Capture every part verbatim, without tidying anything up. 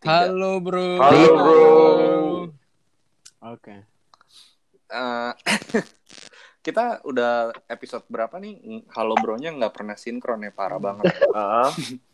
tiga. Halo bro. Halo bro. Oke. Okay. Uh, kita udah episode berapa nih? Halo bro-nya nggak pernah sinkron ya, parah banget. Uh.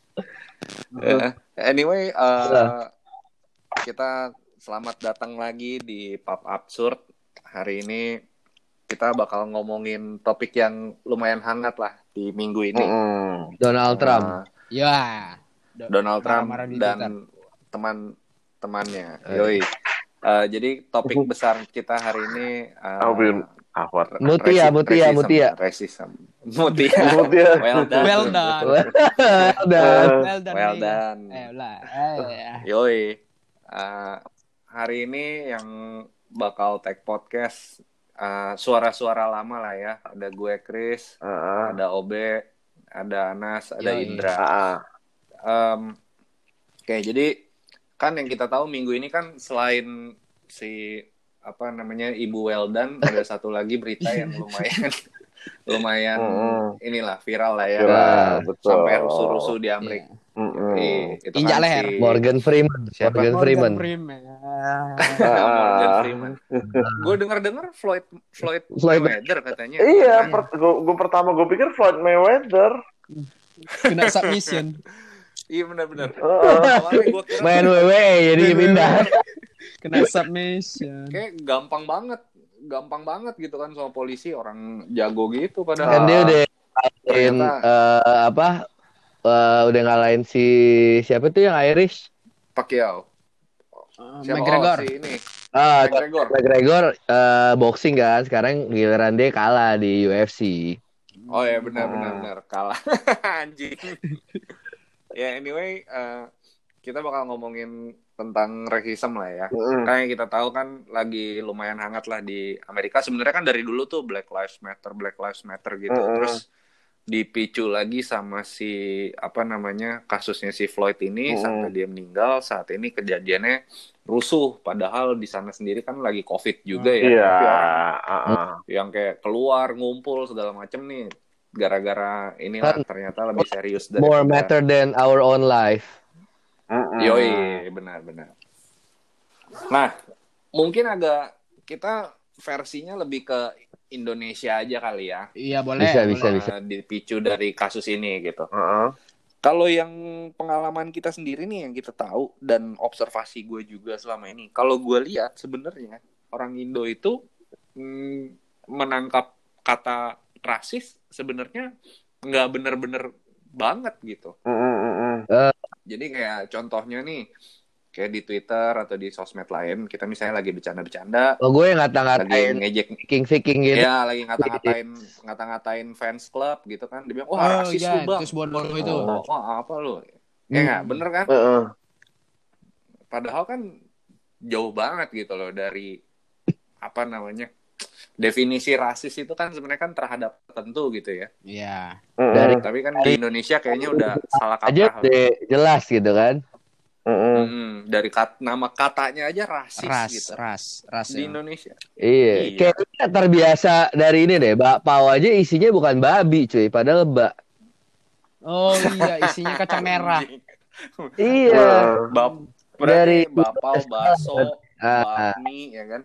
uh, anyway, uh, kita selamat datang lagi di Pub Absurd. Hari ini kita bakal ngomongin topik yang lumayan hangat lah di minggu ini. Mm-hmm. Donald uh, Trump. Ya. Do- Donald Trump marah-marah dan teman-temannya. Yoi. Uh, jadi topik besar kita hari ini uh, apa? Mutia, Mutia, Mutia. Racism. Mutia. Mutia. Well done. Well done. Well done. Well done. Well done. Eh, lah. Eh. Yoi. Uh, hari ini yang bakal take podcast uh, suara-suara lama lah ya. Ada gue Chris, uh-huh. ada Obe, ada Anas, ada Yoi. Indra. Uh-huh. Um, Oke, okay, jadi kan yang kita tahu minggu ini kan selain si apa namanya Ibu Weldan ada satu lagi berita yang lumayan lumayan mm. inilah viral lah ya, viral, betul. Sampai rusuh-rusuh di Amerika. Yeah. Mm. Injak kan leher. Si... Morgan Freeman. Siapa? Morgan Freeman. Freeman. Morgan Freeman. Gue dengar-dengar Floyd Floyd, Floyd Mayweather katanya. Iya, per, gue pertama gue pikir Floyd Mayweather kena submission. Iya benar-benar. Uh, kira main W W E jadi pindah. Kena submission. Kayak gampang banget, gampang banget gitu kan sama polisi, orang jago gitu padahal. Kan dia udah ngalahin uh, apa? Uh, udah ngalahin si siapa tuh yang Irish? Pacquiao. Uh, McGregor. Si ini. Ah, McGregor. McGregor uh, boxing kan, sekarang giliran dia kalah di U F C. Oh ya benar-benar benar kalah. Anjing. Ya anyway, uh, kita bakal ngomongin tentang racism lah ya. Mm. Kayak kita tahu kan lagi lumayan hangat lah di Amerika. Sebenarnya kan dari dulu tuh Black Lives Matter, Black Lives Matter gitu. Mm. Terus dipicu lagi sama si apa namanya kasusnya si Floyd ini mm. sampai dia meninggal. Saat ini kejadiannya rusuh. Padahal di sana sendiri kan lagi COVID juga ya. Yeah. Tapi orang uh-uh. yang kayak keluar ngumpul segala macem nih. Gara-gara inilah ternyata lebih serius dari more matter than our own life. Uh-uh. Yoi, benar-benar. Nah, mungkin agak kita versinya lebih ke Indonesia aja kali ya. Iya, boleh. Bisa, boleh. bisa, bisa. Dipicu dari kasus ini gitu. Uh-uh. Kalau yang pengalaman kita sendiri nih yang kita tahu dan observasi gue juga selama ini. Kalau gue lihat sebenarnya orang Indo itu mm, menangkap kata rasis sebenarnya nggak bener-bener banget gitu. Mm-hmm. Uh. Jadi kayak contohnya nih, kayak di Twitter atau di sosmed lain, kita misalnya lagi bercanda-bercanda. Oh, gue ngata-ngatain ngejek viking-viking gitu. Ya, lagi ngata-ngatain ngata-ngatain fans club gitu kan. Dia bilang, wah oh, rasis ya, lu bang. Terus bodoh itu. Oh, oh, apa lu? Ya nggak, hmm. bener kan? Uh-uh. Padahal kan jauh banget gitu loh dari apa namanya definisi rasis itu kan sebenarnya kan terhadap tertentu gitu ya. Iya. Dari tapi kan di Indonesia kayaknya udah salah kaprah. Aja deh, jelas gitu kan. Uh-uh. Hmm, dari kat, nama katanya aja rasis ras, gitu. Ras, ras di ya. Indonesia. Iya. iya. Kayaknya terbiasa dari ini deh. Bakpao aja isinya bukan babi, cuy, padahal bak. Oh iya, isinya kacang merah. Iya. Bap dari bakpao, bakso, bakmi ya kan.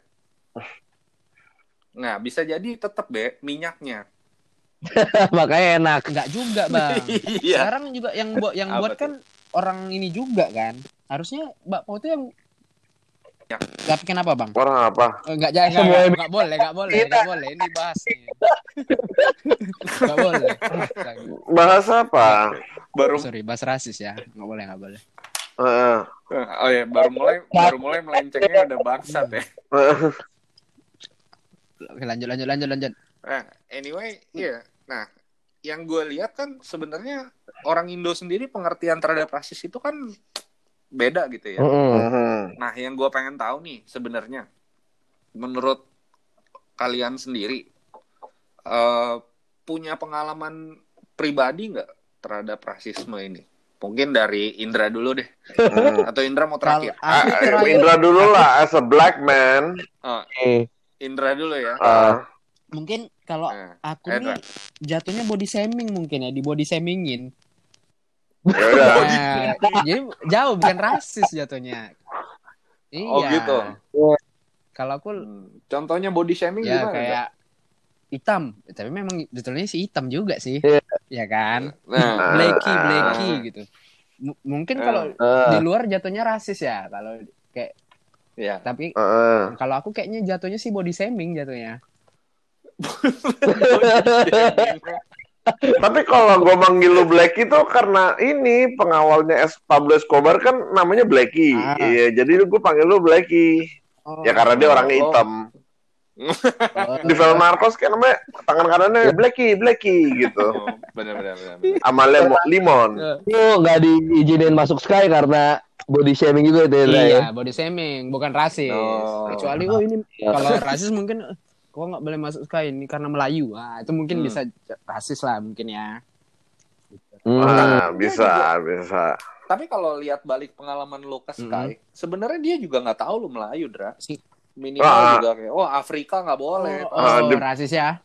Nah, bisa jadi tetap be minyaknya. Makanya enak. Enggak juga, Bang. Iya. Sekarang juga yang buat yang buat kan orang ini juga kan. Harusnya bakpao itu yang Gak bikin apa, Bang? Orang apa? Enggak jangan enggak, enggak boleh, enggak boleh, enggak boleh ini bahas nih. Enggak boleh. Bahas apa? Baru sorry, bahas rasis ya. Enggak boleh, enggak boleh. Uh. Oh ya, baru mulai baru mulai melencengnya udah bangsat ya. Oke, lanjut lanjut lanjut lanjut. Nah, anyway, iya. Nah, yang gue lihat kan sebenarnya orang Indo sendiri pengertian terhadap rasis itu kan beda gitu ya. Uh-huh. Nah, yang gue pengen tahu nih sebenarnya, menurut kalian sendiri uh, punya pengalaman pribadi nggak terhadap rasisme ini? Mungkin dari Indra dulu deh. Atau Indra mau terakhir? Ah, Indra dulu lah, as a black man. Oh, Indra dulu ya. Uh. Mungkin kalau nah, aku Indra. nih jatuhnya body shaming mungkin ya, di body shamingin. Ya udah. Nah, iya. Jadi jauh bukan rasis jatuhnya. Iya. Oh gitu. Kalau aku hmm. contohnya body shaming ya, gimana? Kayak gak? Hitam, tapi memang detailnya sih hitam juga sih. Yeah. Ya kan? Nah, blacky, blacky gitu. M- mungkin kalau uh. di luar jatuhnya rasis ya, kalau kayak ya. Tapi uh. kalau aku kayaknya jatuhnya sih body shaming jatuhnya. Tapi kalau gue manggil lu Blacky itu karena ini pengawalnya es Pablo Escobar kan namanya Blacky. Ah. Iya, jadi gue panggil lu Blacky. Oh. Ya karena dia orangnya hitam. Oh. Di film Narcos kan namanya tangan kanannya Blacky, Blacky gitu. Oh, benar-benar. Sama lemon, limon. Itu nggak diizinin masuk Sky karena body shaming juga itu ya. Iya, body shaming, bukan rasis. No. Kecuali oh ini kalau rasis mungkin kok nggak boleh masuk Sky ini karena Melayu. Ah, itu mungkin hmm. bisa rasis lah mungkin ya. Hmm. Ah, bisa, juga. bisa. Tapi kalau lihat balik pengalaman lo ke Sky, hmm. sebenarnya dia juga nggak tahu lo Melayu, Dra. Minimal ah. juga kayak, oh Afrika nggak boleh. Oh, oh di... rasis ya.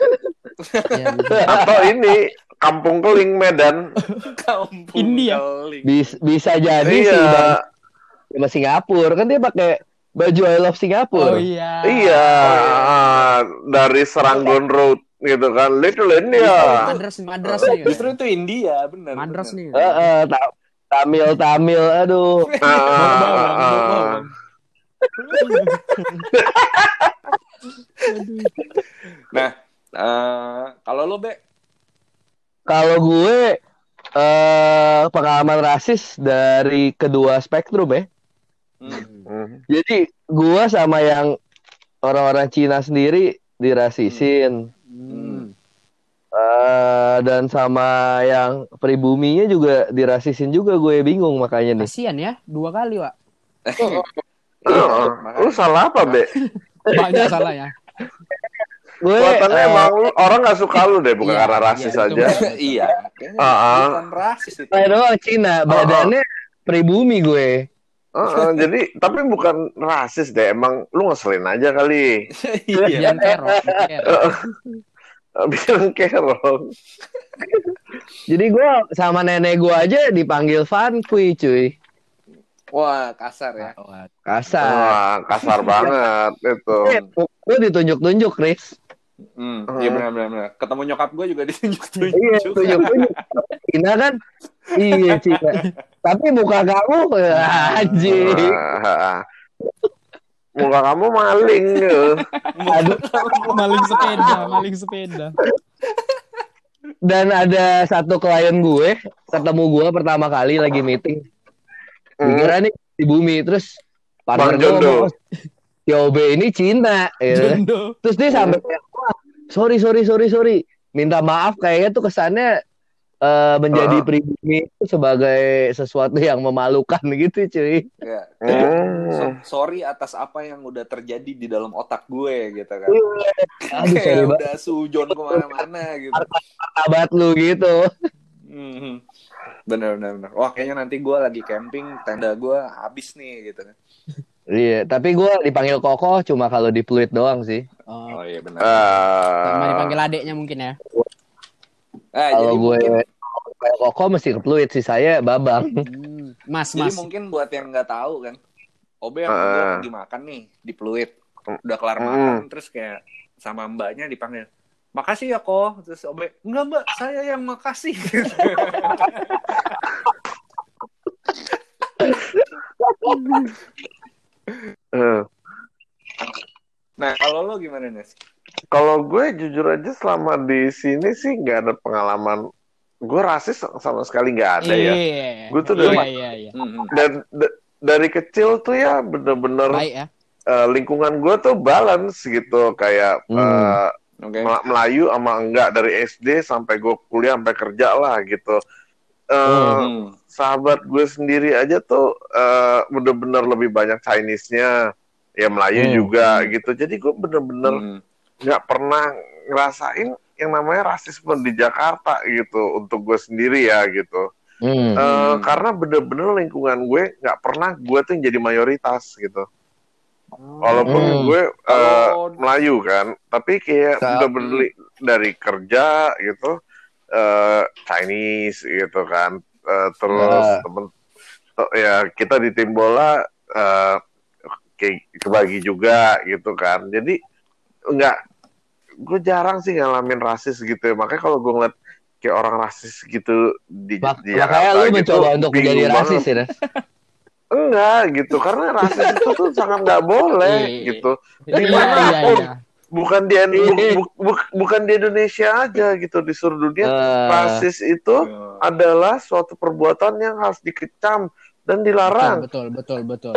Atau ini Kampung Keling Medan. Kampung India. Keling. Bis, bisa jadi iya. sih sama Singapura kan dia pakai baju I Love Singapura. Oh iya. Iya. Oh, dari Seranggon Road gitu kan, Little India. Madras, Madras nih. Justru itu India, benar. Madras nih. Heeh, uh, uh, Tamil Tamil, aduh. Nah, uh, kalau lo Be? Kalau gue uh, pengalaman rasis dari kedua spektrum ya. Hmm. Jadi gue sama yang orang-orang Cina sendiri dirasisin. Hmm. Uh, dan sama yang pribuminya juga dirasisin juga, gue bingung makanya nih. Kasian ya, dua kali, Wak. Oh, lu salah apa, Be? Banyak salah ya. Gue katanya uh, emang orang nggak suka lu deh, bukan iya, karena rasis iya, aja. Iya. Uh-uh. Bukan rasis itu. Saya doang Cina, badannya uh-uh. pribumi gue. Uh-uh, jadi tapi bukan rasis deh, emang lu ngeselin aja kali. Iya. Bilang kerong. Jadi gue sama nenek gue aja dipanggil Van Kui, cuy. Wah, kasar ya. Kasar. Wah, kasar banget itu. Gue ditunjuk-tunjuk, Chris. Hmm, iya benar-benar. Ketemu nyokap gue juga ditunjuk-tunjuk. Iya, tunjuk-tunjuk. Cina kan? Iya, Cina. Tapi muka kamu anjing. Muka kamu maling. Aduh, maling sepeda, maling sepeda. Dan ada satu klien gue, ketemu gue pertama kali lagi meeting. Dikira nih di bumi, terus partner gue ngomong, T O B ini Cina, ya. Terus dia sampai wah, sorry sorry sorry sorry, minta maaf kayaknya tuh kesannya uh, menjadi uh. pribumi itu sebagai sesuatu yang memalukan gitu, cuy. Ya. So, sorry atas apa yang udah terjadi di dalam otak gue gitu kan. Aduh, kayak udah sujon kemana-mana gitu. Sahabat lu gitu. Hmm. Bener, bener, bener. Wah, kayaknya nanti gue lagi camping, tenda gue habis nih, gitu kan. Iya, tapi gue dipanggil Koko cuma kalau di Pluit doang sih. Oh, oh iya benar. Uh... Sama dipanggil adeknya mungkin ya. Eh, kalau gue mungkin... Koko mesti ke Pluit sih, saya Babang. Hmm, mas, jadi mas. mungkin buat yang nggak tahu kan, Obe yang uh... lagi makan nih di Pluit, udah kelar makan, uh... terus kayak sama mbaknya dipanggil, makasih ya kok, terus Obe, enggak mbak, saya yang makasih. Nah, kalau lo gimana Nes? Kalau gue jujur aja selama di sini sih nggak ada pengalaman gue rasis sama sekali nggak ada ya. Yeah. Gue tuh dari yeah, yeah, yeah. dan d- dari kecil tuh ya bener-bener ya? uh, lingkungan gue tuh balance gitu kayak mm. uh, okay. Melayu sama enggak dari S D sampai gue kuliah sampai kerja lah gitu. Uh, mm. Sahabat gue sendiri aja tuh uh, bener-bener lebih banyak Chinese-nya, ya Melayu mm. juga gitu. Jadi gue bener-bener nggak mm. pernah ngerasain yang namanya rasisme di Jakarta gitu untuk gue sendiri ya gitu. Mm. Uh, karena bener-bener lingkungan gue nggak pernah gue tuh yang jadi mayoritas gitu. Walaupun mm. gue uh, oh. Melayu kan, tapi kayak bener-bener dari kerja gitu. Uh, Chinese gitu kan, uh, terus yeah. temen oh, ya kita di tim bola uh, kayak kebagi juga gitu kan. Jadi enggak, gue jarang sih ngalamin rasis gitu ya. Makanya kalau gue ngeliat kayak orang rasis gitu di, Mak- di makanya lu gitu, mencoba untuk menjadi rasis ya. Enggak gitu, karena rasis itu tuh sangat nggak boleh gitu. Di mana iya, iya, iya. bukan di bu, bu, bu, bukan di Indonesia aja gitu, di seluruh dunia uh, rasis itu uh, adalah suatu perbuatan yang harus dikecam dan dilarang. Betul, betul, betul, betul.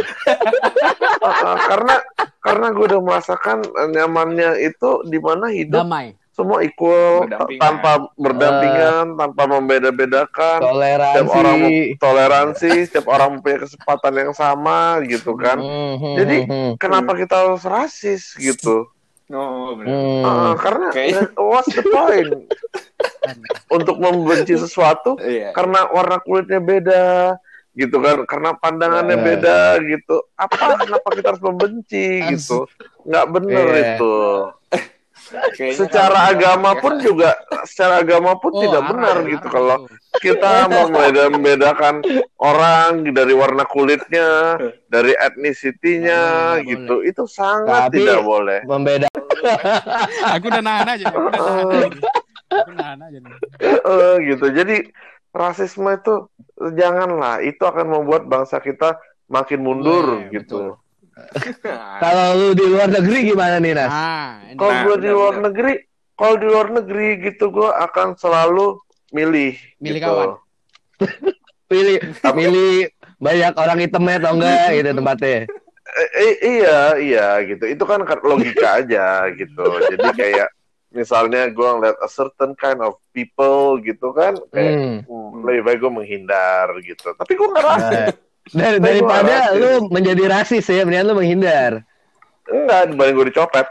uh, karena karena gue udah merasakan nyamannya itu di mana hidup damai. Semua equal tanpa berdampingan, uh, tanpa membeda-bedakan. Toleransi. Setiap orang toleransi, setiap orang mempunyai kesempatan yang sama gitu kan. Mm-hmm. Jadi kenapa kita harus rasis gitu? Oh, benar. Hmm. Uh, karena okay. What's the point? Untuk membenci sesuatu yeah. karena warna kulitnya beda gitu kan, karena pandangannya yeah. beda gitu. Apa kenapa kita harus membenci gitu? Nggak bener yeah. itu. Kayaknya secara agama pun ya. juga, secara agama pun oh, tidak arah, benar arah, gitu arah, kalau itu. Kita membeda-bedakan orang dari warna kulitnya, dari etnisitinya nah, gitu, boleh. Itu sangat tapi tidak boleh. Membeda. Aku udah nahan aja, aku udah nahan aja. Aku nahan aja. Uh, gitu. Jadi rasisme itu janganlah, itu akan membuat bangsa kita makin mundur oh, gitu. Betul. Kalau lu di luar negeri gimana nih Nas? Nah, kalau gue di luar bener. negeri, kalau di luar negeri gitu gue akan selalu milih. Milih gitu. kawan. pilih, milih banyak orang hitamnya atau enggak gitu tempatnya. Eh, eh, iya, iya gitu. Itu kan logika aja gitu. Jadi kayak misalnya gue ngeliat a certain kind of people gitu kan, kayak hmm. lebih baik gue menghindar gitu. Tapi gue nggak rasis. Dari, daripada lu menjadi rasis ya, mendingan lu menghindar. Enggak, dibanding gue dicopet.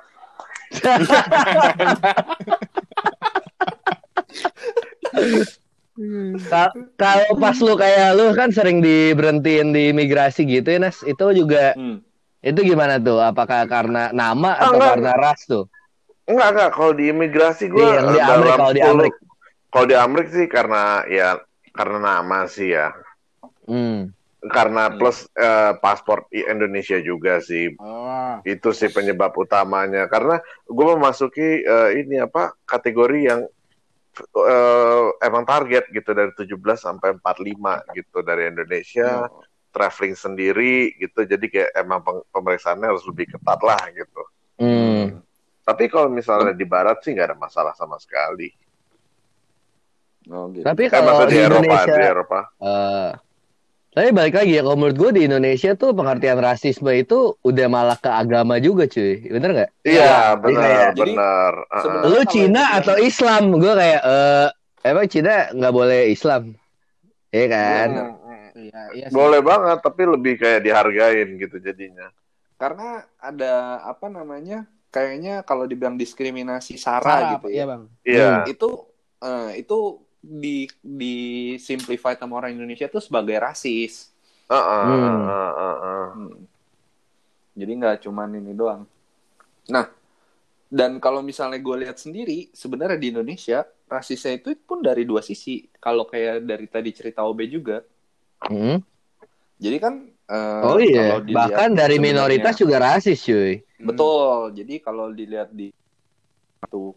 Kalau pas lu kayak lu kan sering diberhentiin di imigrasi gitu ya Nas, itu juga hmm. itu gimana tuh? Apakah karena nama atau enggak, karena ras tuh? Enggak, enggak. Kalau di imigrasi gue iya, di Amrik, kalau di Amrik. Kalau di Amrik sih karena ya karena nama sih ya. Hmm. Karena plus uh, paspor Indonesia juga sih. Oh. Itu sih penyebab utamanya. Karena gue memasuki uh, ini apa kategori yang uh, emang target gitu dari tujuh belas sampai empat puluh lima gitu dari Indonesia, oh. traveling sendiri gitu. Jadi kayak emang pemeriksaannya harus lebih ketat lah gitu. Hmm. Tapi kalau misalnya di barat sih nggak ada masalah sama sekali. Oh, gitu. Tapi kalau eh, di, di Indonesia, Eropa, di Eropa. Uh, Tapi balik lagi ya, kalau menurut gue di Indonesia tuh pengertian rasisme itu udah malah ke agama juga cuy, bener nggak? Iya, benar, benar. Uh-uh. Lu Cina atau Islam? Gue kayak, eh, emang Cina nggak boleh Islam? Iya kan? Iya, iya sih. Boleh banget, tapi lebih kayak dihargain gitu jadinya. Karena ada apa namanya? Kayaknya kalau dibilang diskriminasi sara gitu ya. Iya, Bang. Iya. Itu, uh, itu di di simplify sama orang Indonesia tuh sebagai rasis. Uh, uh, hmm. uh, uh, uh. Hmm. Jadi nggak cuman ini doang. Nah, dan kalau misalnya gue lihat sendiri, sebenarnya di Indonesia rasisnya itu pun dari dua sisi. Kalau kayak dari tadi cerita O B juga. Hmm. Jadi kan uh, oh iya, bahkan dari minoritas juga rasis cuy. Betul. Jadi kalau dilihat di satu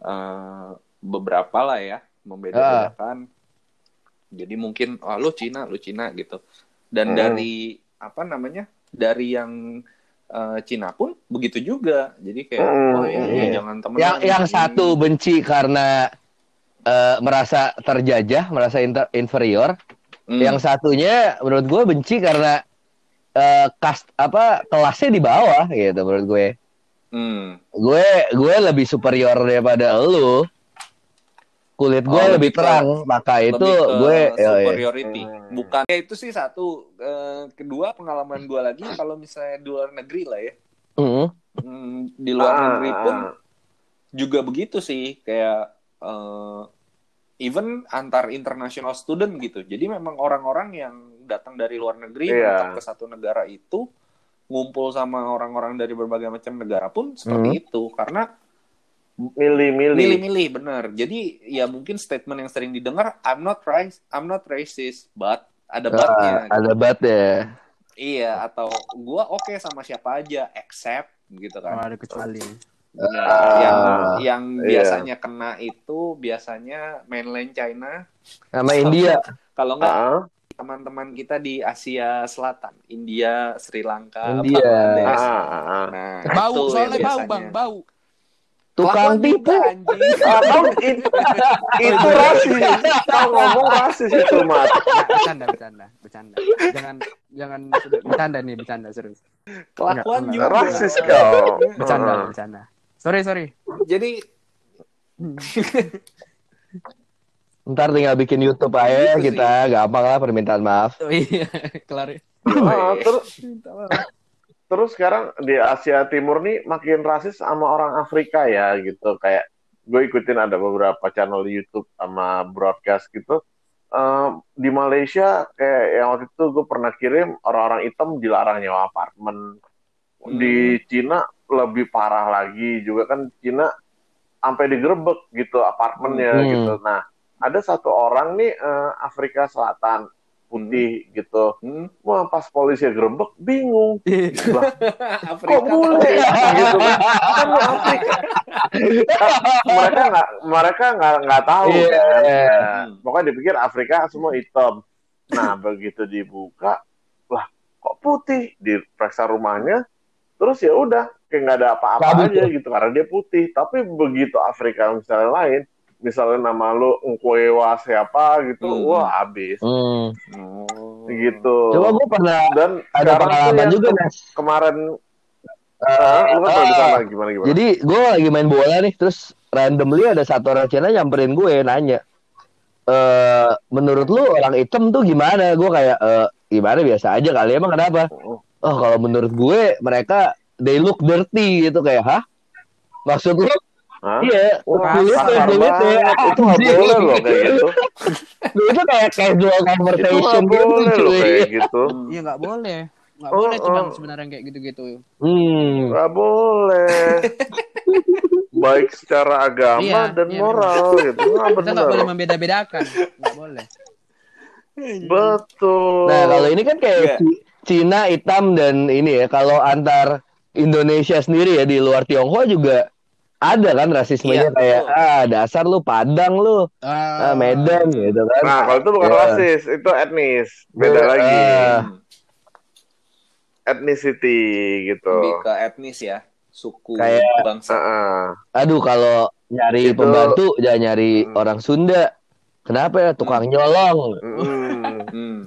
uh, beberapa lah ya. Membeda-bedakan. Uh. Jadi mungkin oh, lu Cina, lu Cina gitu. Dan hmm. dari apa namanya? Dari yang uh, Cina pun begitu juga. Jadi kayak hmm. oh ya, ya jangan temen. Yang yang ini. Satu benci karena uh, merasa terjajah, merasa inter- inferior. Hmm. Yang satunya menurut gue benci karena uh, kas apa kelasnya di bawah gitu menurut gue. Hmm. Gue gue lebih superior daripada lu. Kulit gue oh, lebih terang, ke, maka itu gue superiority. Ya, ya. Bukan ya itu sih satu. Uh, kedua pengalaman gue lagi kalau misalnya di luar negeri lah ya. Uh-huh. Hmm, di luar ah, negeri pun ah. juga begitu sih, kayak uh, even antar international student gitu. Jadi memang orang-orang yang datang dari luar negeri yeah. datang ke satu negara itu ngumpul sama orang-orang dari berbagai macam negara pun seperti uh-huh. itu, karena milih-milih milih-milih benar. Jadi ya mungkin statement yang sering didengar I'm not racist, I'm not racist, but ada batnya. Uh, ada batnya. Iya, atau gue oke okay sama siapa aja, except gitu kan. Oh, ada kecuali. Ya, uh, yang yang biasanya yeah. kena itu biasanya mainland China sama India. Kalau enggak uh. teman-teman kita di Asia Selatan, India, Sri Lanka, India. Bangladesh. Uh. Nah, bau soalnya bau bang, bau. Tukang tipu anjing. Atau itu, itu rasis. Kau ngomong rasis itu, Mat. Bercanda, bercanda, bercanda. Jangan jangan bercanda nih, bercanda serius. Kelakuan juga rasis kau. Bercanda, bercanda. Sorry, sorry. Jadi ntar tinggal bikin YouTube aja gitu kita, sih. Gampang lah permintaan maaf. Oh iya, kelar. Oh, terus Terus sekarang di Asia Timur nih makin rasis sama orang Afrika ya gitu. Kayak gue ikutin ada beberapa channel YouTube sama broadcast gitu. Uh, di Malaysia kayak yang waktu itu gue pernah kirim orang-orang hitam dilarang nyewa apartemen. Hmm. Di Cina lebih parah lagi juga kan, Cina sampai digerebek gitu apartemennya hmm. gitu. Nah ada satu orang nih uh, Afrika Selatan putih hmm. gitu. Hmm. Wah, pas polisi gerebek bingung. Lah, kok boleh gitu kan? Kan Afrika. mereka nggak mereka nggak nggak tahu yeah. kan. Nah, pokoknya dipikir Afrika semua hitam. Nah, begitu dibuka, lah kok putih? Diperiksa rumahnya, terus ya udah kayak nggak ada apa-apa aja gitu karena dia putih. Tapi begitu Afrika misalnya lain, misalnya nama lu Nkwewa siapa gitu, hmm. wah habis. Hmm. Gitu. Coba gue pernah dan ada pengalaman juga Mas. Kemarin uh, lu kan uh, di sana gimana gimana. Jadi gue lagi main bola nih, terus randomly ada satu orang Cina nyamperin gue nanya, e, menurut lu orang hitam tuh gimana? Gue kayak e, gimana biasa aja kali, emang kenapa? Oh kalau menurut gue mereka they look dirty gitu, kayak hah? Maksud lu? Hah? Iya, kulitnya, kulitnya itu nggak boleh loh kayak gitu. Itu kayak casual conversation gitu, loh, kayak gitu. Iya nggak boleh, nggak oh, boleh tuh bang sebenarnya kayak gitu-gitu. Hmm, nggak boleh. Baik secara agama iya, dan iya, moral iya. gitu. Nah, kita nggak boleh membeda-bedakan, nggak boleh. Betul. Nah kalau ini kan kayak yeah. Cina hitam dan ini ya, kalau antar Indonesia sendiri ya di luar Tionghoa juga ada kan rasismenya, iya, kayak betul. ah dasar lu Padang lu, ah, ah Medan gitu kan. Nah kalau itu bukan ya. rasis, itu etnis, beda uh, lagi. Ethnicity gitu. Lebih ke etnis ya, suku, kayak, bangsa. Uh, uh. Aduh kalau nyari itu, pembantu jangan nyari hmm. orang Sunda. Kenapa ya tukang hmm. nyolong? Hmm. hmm.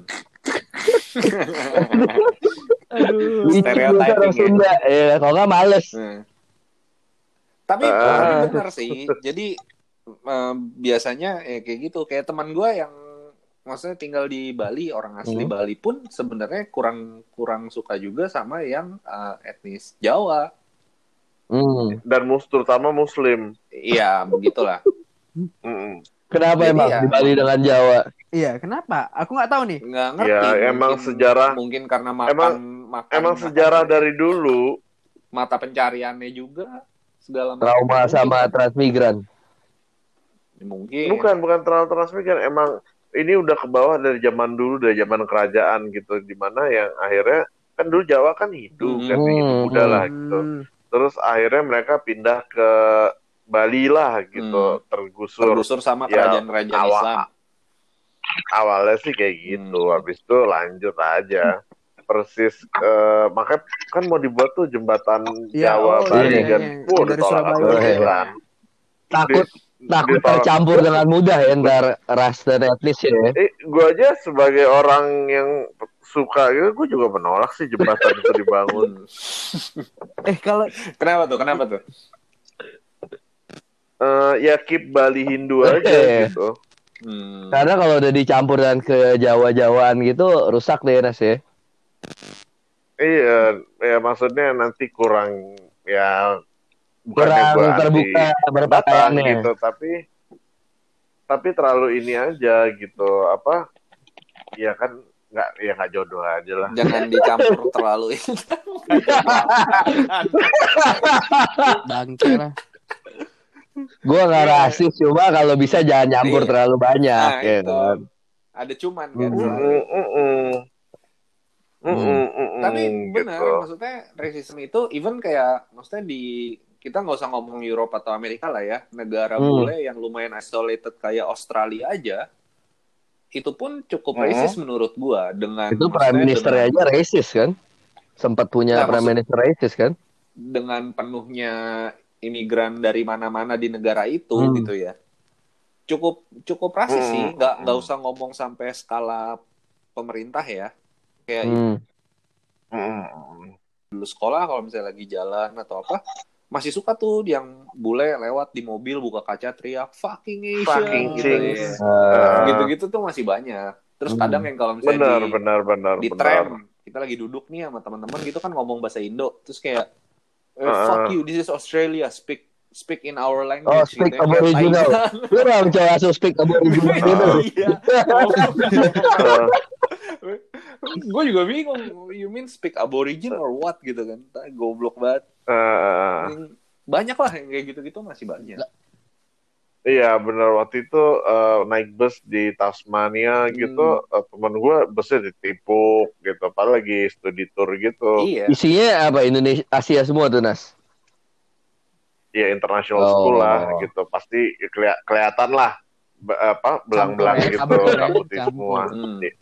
Aduh, stereotyping Sunda, ya kalau nggak males. Hmm. Tapi uh. benar sih. Jadi uh, biasanya ya kayak gitu. Kayak teman gue yang maksudnya tinggal di Bali, orang asli hmm. Bali pun sebenarnya kurang kurang suka juga sama yang uh, etnis Jawa. Hmm. Dan mus terutama Muslim. Iya, begitulah. Kenapa jadi emang ya, di Bali dengan Jawa? Iya, kenapa? Aku nggak tahu nih. Nggak ngerti. Ya, mungkin, emang sejarah. Mungkin karena makan. Emang, makan, emang makan sejarah makan, dari dulu. Mata pencariannya juga. Segala trauma sama transmigran. Mungkin. Bukan, bukan terlalu transmigran. Emang ini udah ke bawah dari zaman dulu, dari zaman kerajaan gitu. Dimana yang akhirnya, kan dulu Jawa kan hidup, hmm. kan hidup Buddha lah gitu. Terus akhirnya mereka pindah ke Bali lah gitu, hmm. tergusur. Tergusur sama kerajaan-kerajaan ya, Islam. Awalnya sih kayak gitu, hmm. habis itu lanjut aja. Persis, uh, makanya kan mau dibuat tuh jembatan ya, Jawa, oh, Bali, iya, kan. Iya, iya. Wah, ditolak kan. Takut, takut tercampur dengan mudah ya, ntar ras dan etnis ya. Eh, gue aja sebagai orang yang suka gitu, gue juga menolak sih jembatan itu dibangun. Eh, kalau... Kenapa tuh, kenapa tuh? Uh, ya keep Bali Hindu aja eh. gitu. Hmm. Karena kalau udah dicampur dan ke Jawa-Jawaan gitu, rusak deh Nas ya. Iya, ya maksudnya nanti kurang ya kurang terbuka berpakaiannya gitu, tapi tapi terlalu ini aja gitu, apa? Ya kan nggak ya nggak jodoh aja lah. Jangan dicampur terlalu itu. Bangke lah. Gue nggak rasis, cuma kalau bisa jangan nyampur terlalu banyak, nah, ya kan. ada cuman kan. Mm, mm, mm, mm. Mm, mm, mm, Tapi mm, benar, gitu. maksudnya racism itu even kayak maksudnya di kita nggak usah ngomong Eropa atau Amerika lah ya, negara Hmm. bule yang lumayan isolated kayak Australia aja, itu pun cukup Mm-hmm. racist menurut gua dengan Itu maksudnya prime minister dengan, aja racist kan? Sempat punya Nah, prime maksud- minister racist kan? dengan penuhnya imigran dari mana-mana di negara itu Hmm. gitu ya. Cukup cukup rasis Hmm. sih, nggak nggak usah ngomong sampai skala pemerintah ya. Kayak Hmm. Mm. dulu sekolah kalau misalnya lagi jalan atau apa masih suka tuh yang bule lewat di mobil buka kaca teriak fucking Asian Fucking gitu ya. chicks. Uh, Gitu-gitu tuh masih banyak. Terus Hmm. kadang yang kalau misalnya Benar, di benar, benar, di benar. tram kita lagi duduk nih sama teman-teman gitu kan ngomong bahasa Indo terus kayak eh, Uh. fuck you, this is Australia, speak speak in our language. oh, speak gitu ya. aboriginal. Lu orang cewek asuh speak aboriginal gitu. Iya. Uh. Gue juga bingung, you mean speak aborigin or what gitu kan. Goblok banget. Uh. Banyak lah yang kayak gitu-gitu masih banyak. Iya benar, waktu itu uh, naik bus di Tasmania Hmm. gitu, uh, teman gue busnya ditipu gitu, padahal lagi studi tour gitu. Iya. Isinya apa? Indonesia, Asia semua tuh, Nas? Ya international Oh. school lah gitu, pasti keli- kelihatan lah be- apa belang-belang Campur ya, gitu, campur ya, rambut campur. semua. Hmm. Di-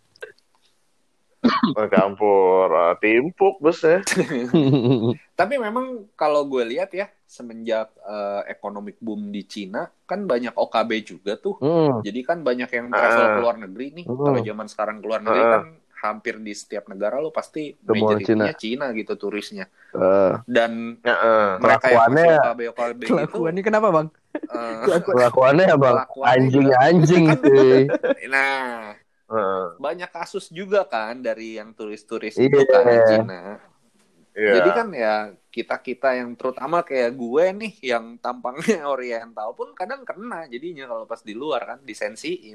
Oh, campur, uh, timpuk busnya. Tapi memang kalau gue lihat ya, semenjak uh, economic boom di Cina, kan banyak O K B juga tuh. Hmm. Jadi kan banyak yang travel Ah. ke luar negeri nih. Hmm. Kalau zaman sekarang ke luar negeri Ah. kan hampir di setiap negara lo pasti Semua majority-nya Cina gitu turisnya. Uh, Dan Ya, uh. mereka yang masih Kelakuannya- O K B O K B gitu, Kelakuannya kenapa bang? uh, Kelakuannya apa? Kelakuannya Anjing-anjing cuy. nah Uh. banyak kasus juga kan dari yang turis-turis Iya. itu kan di Cina. Iya. Jadi kan ya kita-kita yang terutama kayak gue nih yang tampangnya oriental pun kadang kena jadinya kalau pas di luar kan disensiin.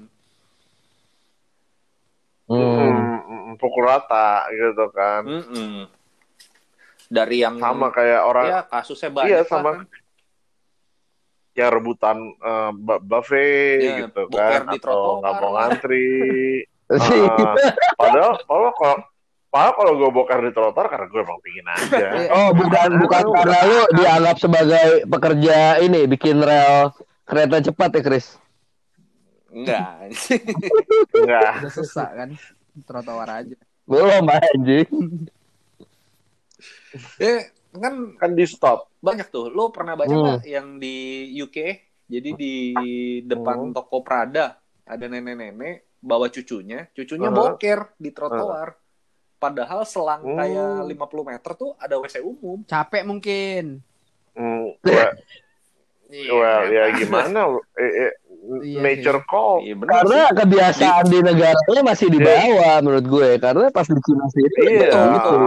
Hmm. Hmm, hmm, pukul rata gitu kan. Mm-mm. Dari yang Sama kayak orang ya kasusnya banyak Iya, lah sama. kan. yang rebutan uh, bu- buffet Ya, gitu boker kan, di atau trotoar nggak mau lah. ngantri. Si. Uh, padahal kalau kalau padahal kalau gue boker di trotoar karena gue emang pingin aja. Oh, bukan bukan karena lu dianggap sebagai pekerja ini bikin rel kereta cepat ya, Chris? Enggak. Enggak. Udah sesak kan? Trotoar aja. Belum anjing. eh kan Kan di stop. banyak tuh. Lo pernah baca Hmm. nggak yang di U K? Jadi di depan Hmm. toko Prada ada nenek-nenek bawa cucunya, cucunya Uh-huh. boker di trotoar. Padahal selang Hmm. kayak lima puluh meter tuh ada W C umum. Capek mungkin. Hmm, well, well, ya gimana? Eh, eh, Iya nature call. Iya bener Karena sih. kebiasaan di negaranya masih di bawah menurut gue. Karena pas di Cina sendiri Iya. Betul, betul.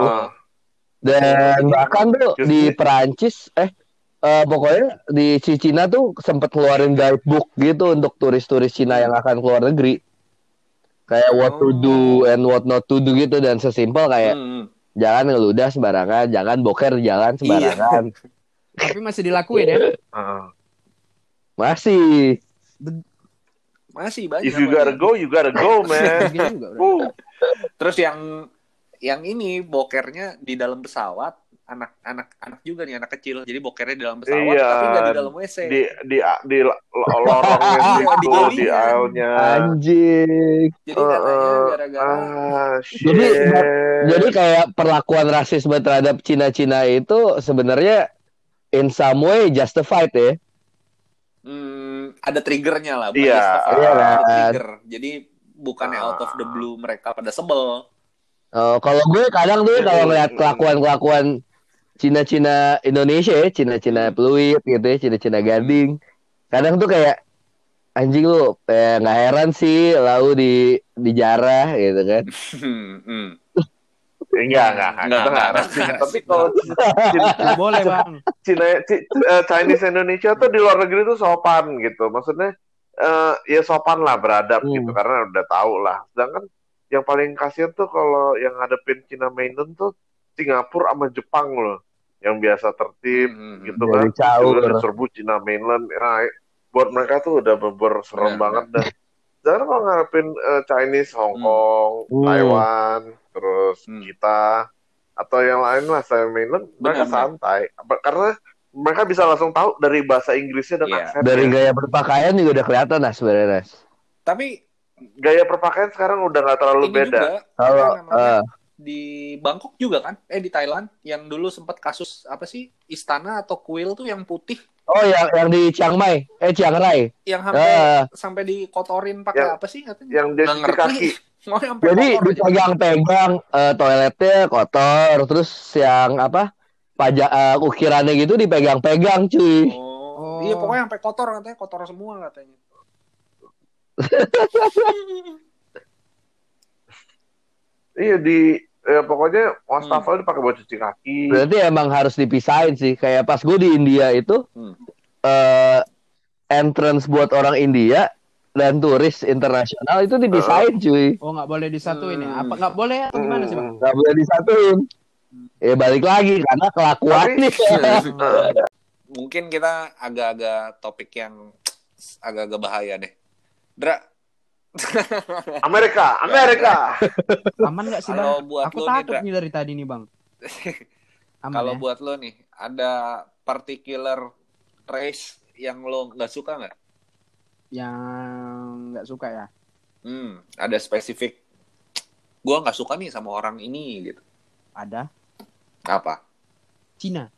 dan Iya. bahkan tuh Justru- di Perancis eh eh, pokoknya di si Cina tuh sempet keluarin guidebook gitu untuk turis-turis Cina yang akan keluar negeri. Kayak what to do and what not to do gitu, dan sesimpel kayak Hmm. jangan ngeludah sembarangan, jangan boker di jalan sembarangan. Tapi masih dilakuin ya. Uh, Masih. Masih banyak. if you gotta banyak. go, you gotta go, man. Gini juga, bro. Woo. Terus yang yang ini bokernya di dalam pesawat, anak-anak anak juga nih anak kecil. Jadi bokernya di dalam pesawat Iya, tapi nggak di dalam W C. Di di di lo- lorongnya Iya, di situ, galian. di aisle-nya. Anjing. Jadi katanya Uh, gara-gara ah, shit. Jadi jadi kayak perlakuan rasisme terhadap Cina-Cina itu sebenarnya in some way justified ya. hmm, ada triggernya lah. bukan Iya, justified, iya ada kan. trigger. Jadi bukannya out of the Ah. blue mereka pada sebel. Oh, kalau gue kadang tuh kalau ngeliat kelakuan-kelakuan Cina-Cina Indonesia ya, Cina-Cina peluit gitu ya, Cina-Cina gading. Kadang tuh kayak anjing lu, eh, nggak heran sih lau di dijarah gitu kan. Hmm, hmm. Enggak, enggak, Enggak, enggak, enggak, enggak. enggak. Tapi kalau Cina, Nggak boleh bang. Cina, Ci- eh, Chinese Indonesia tuh di luar negeri tuh sopan gitu. Maksudnya eh, ya sopan lah, beradab Hmm. gitu karena udah tahu lah. Sedangkan yang paling kasihan tuh kalau yang ngadepin Cina mainland tuh Singapura sama Jepang loh. Yang biasa tertib Hmm, gitu Dari kan. jauh, Juga bro. diserbu Cina mainland. Nah, buat mereka tuh udah beber serem Benar, banget dah. Jangan kalau ngarepin uh, Chinese, Hong Kong, hmm. Taiwan, terus hmm. kita atau yang lain lah, saya mainland, mereka santai. Karena mereka bisa langsung tahu dari bahasa Inggrisnya dan yeah. aksennya. Dari gaya berpakaian juga udah kelihatan lah sebenarnya. Tapi gaya berpakaian sekarang udah nggak terlalu ini beda. Kalau uh, di Bangkok juga kan, eh di Thailand yang dulu sempat kasus apa sih istana atau kuil tuh yang putih. Oh yang yang di Chiang Mai, eh Chiang Rai. Yang sampai uh, sampai dikotorin pakai apa sih katanya? Yang dia di kaki. Oh, jadi dipegang-pegang uh, toiletnya kotor, terus yang apa pajak uh, ukirannya gitu dipegang-pegang cuy. Oh, oh. Iya pokoknya sampai kotor katanya, kotor semua katanya. Iya di ya, pokoknya wastafel hmm. dipakai buat cuci kaki. Berarti emang harus dipisahin sih. Kayak pas gue di India itu hmm. uh, entrance buat orang India dan turis internasional itu dipisahin cuy. Oh nggak boleh disatuin hmm. ya? Apa nggak boleh atau gimana sih bang? Nggak boleh disatuin. Ya balik lagi karena kelakuan nih. Mungkin kita agak-agak topik yang agak-agak bahaya deh. Dra. Amerika, Amerika. Aman nggak sih bang? Aku takut nih, nih dari tadi nih bang. Kalau ya? Buat lo nih, ada particular race yang lo nggak suka nggak? Yang nggak suka ya? Hmm, ada spesifik. Gua nggak suka nih sama orang ini gitu. Ada. Apa? Cina.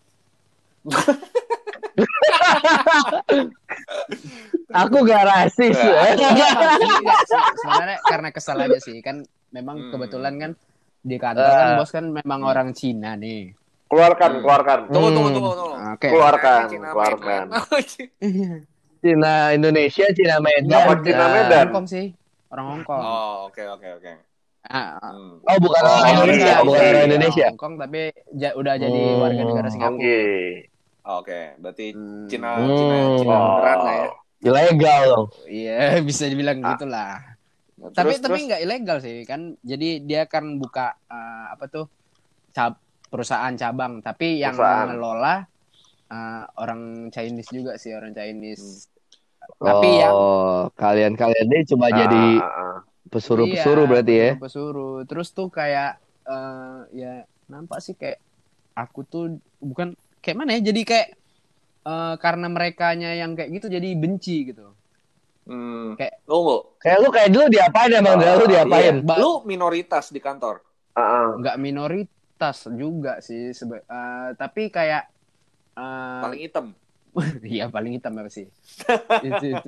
Aku gak rasis ya. Sebenarnya karena kesal aja sih. Kan memang hmm. kebetulan kan di kantor uh. kan bos kan memang hmm. orang Cina nih. Keluarkan, hmm. keluarkan. Tunggu, tunggu, tunggu, tunggu. Okay. Keluarkan, Cina keluarkan. Cina Indonesia, Cina Medan. Apa Cina Medan? Hongkong sih. Orang Hongkong. Oh, oke, oke, oke. Ah, hmm. Oh, bukan orang oh, Indonesia, iya, bukan orang Indonesia. Hongkong tapi ja, udah jadi hmm. warga negara Singapura. Oke. Okay. Oke, okay. Berarti hmm. Cina, Cina, Cina oh. beneran lah ya. Ilegal dong. Iya, bisa dibilang ah. gitulah. Nah, tapi terus, tapi nggak ilegal sih kan. Jadi dia kan buka uh, apa tuh cab perusahaan cabang, tapi yang perusahaan. mengelola uh, orang Chinese juga sih, orang Chinese. Hmm. Tapi oh, yang kalian-kalian ini cuma ah, jadi pesuruh-pesuruh iya, berarti ya. Pesuruh. Terus tuh kayak uh, ya nampak sih kayak aku tuh bukan kayak mana ya? Jadi kayak uh, karena merekanya yang kayak gitu jadi benci gitu. Hmm. Kayak lu kayak lu kayak dulu diapain emang uh, lu diapain? Iya. Lu minoritas di kantor. Uh-uh. Nggak minoritas juga sih sebe- uh, tapi kayak uh, paling hitam. Iya paling hitam apa sih? itu, itu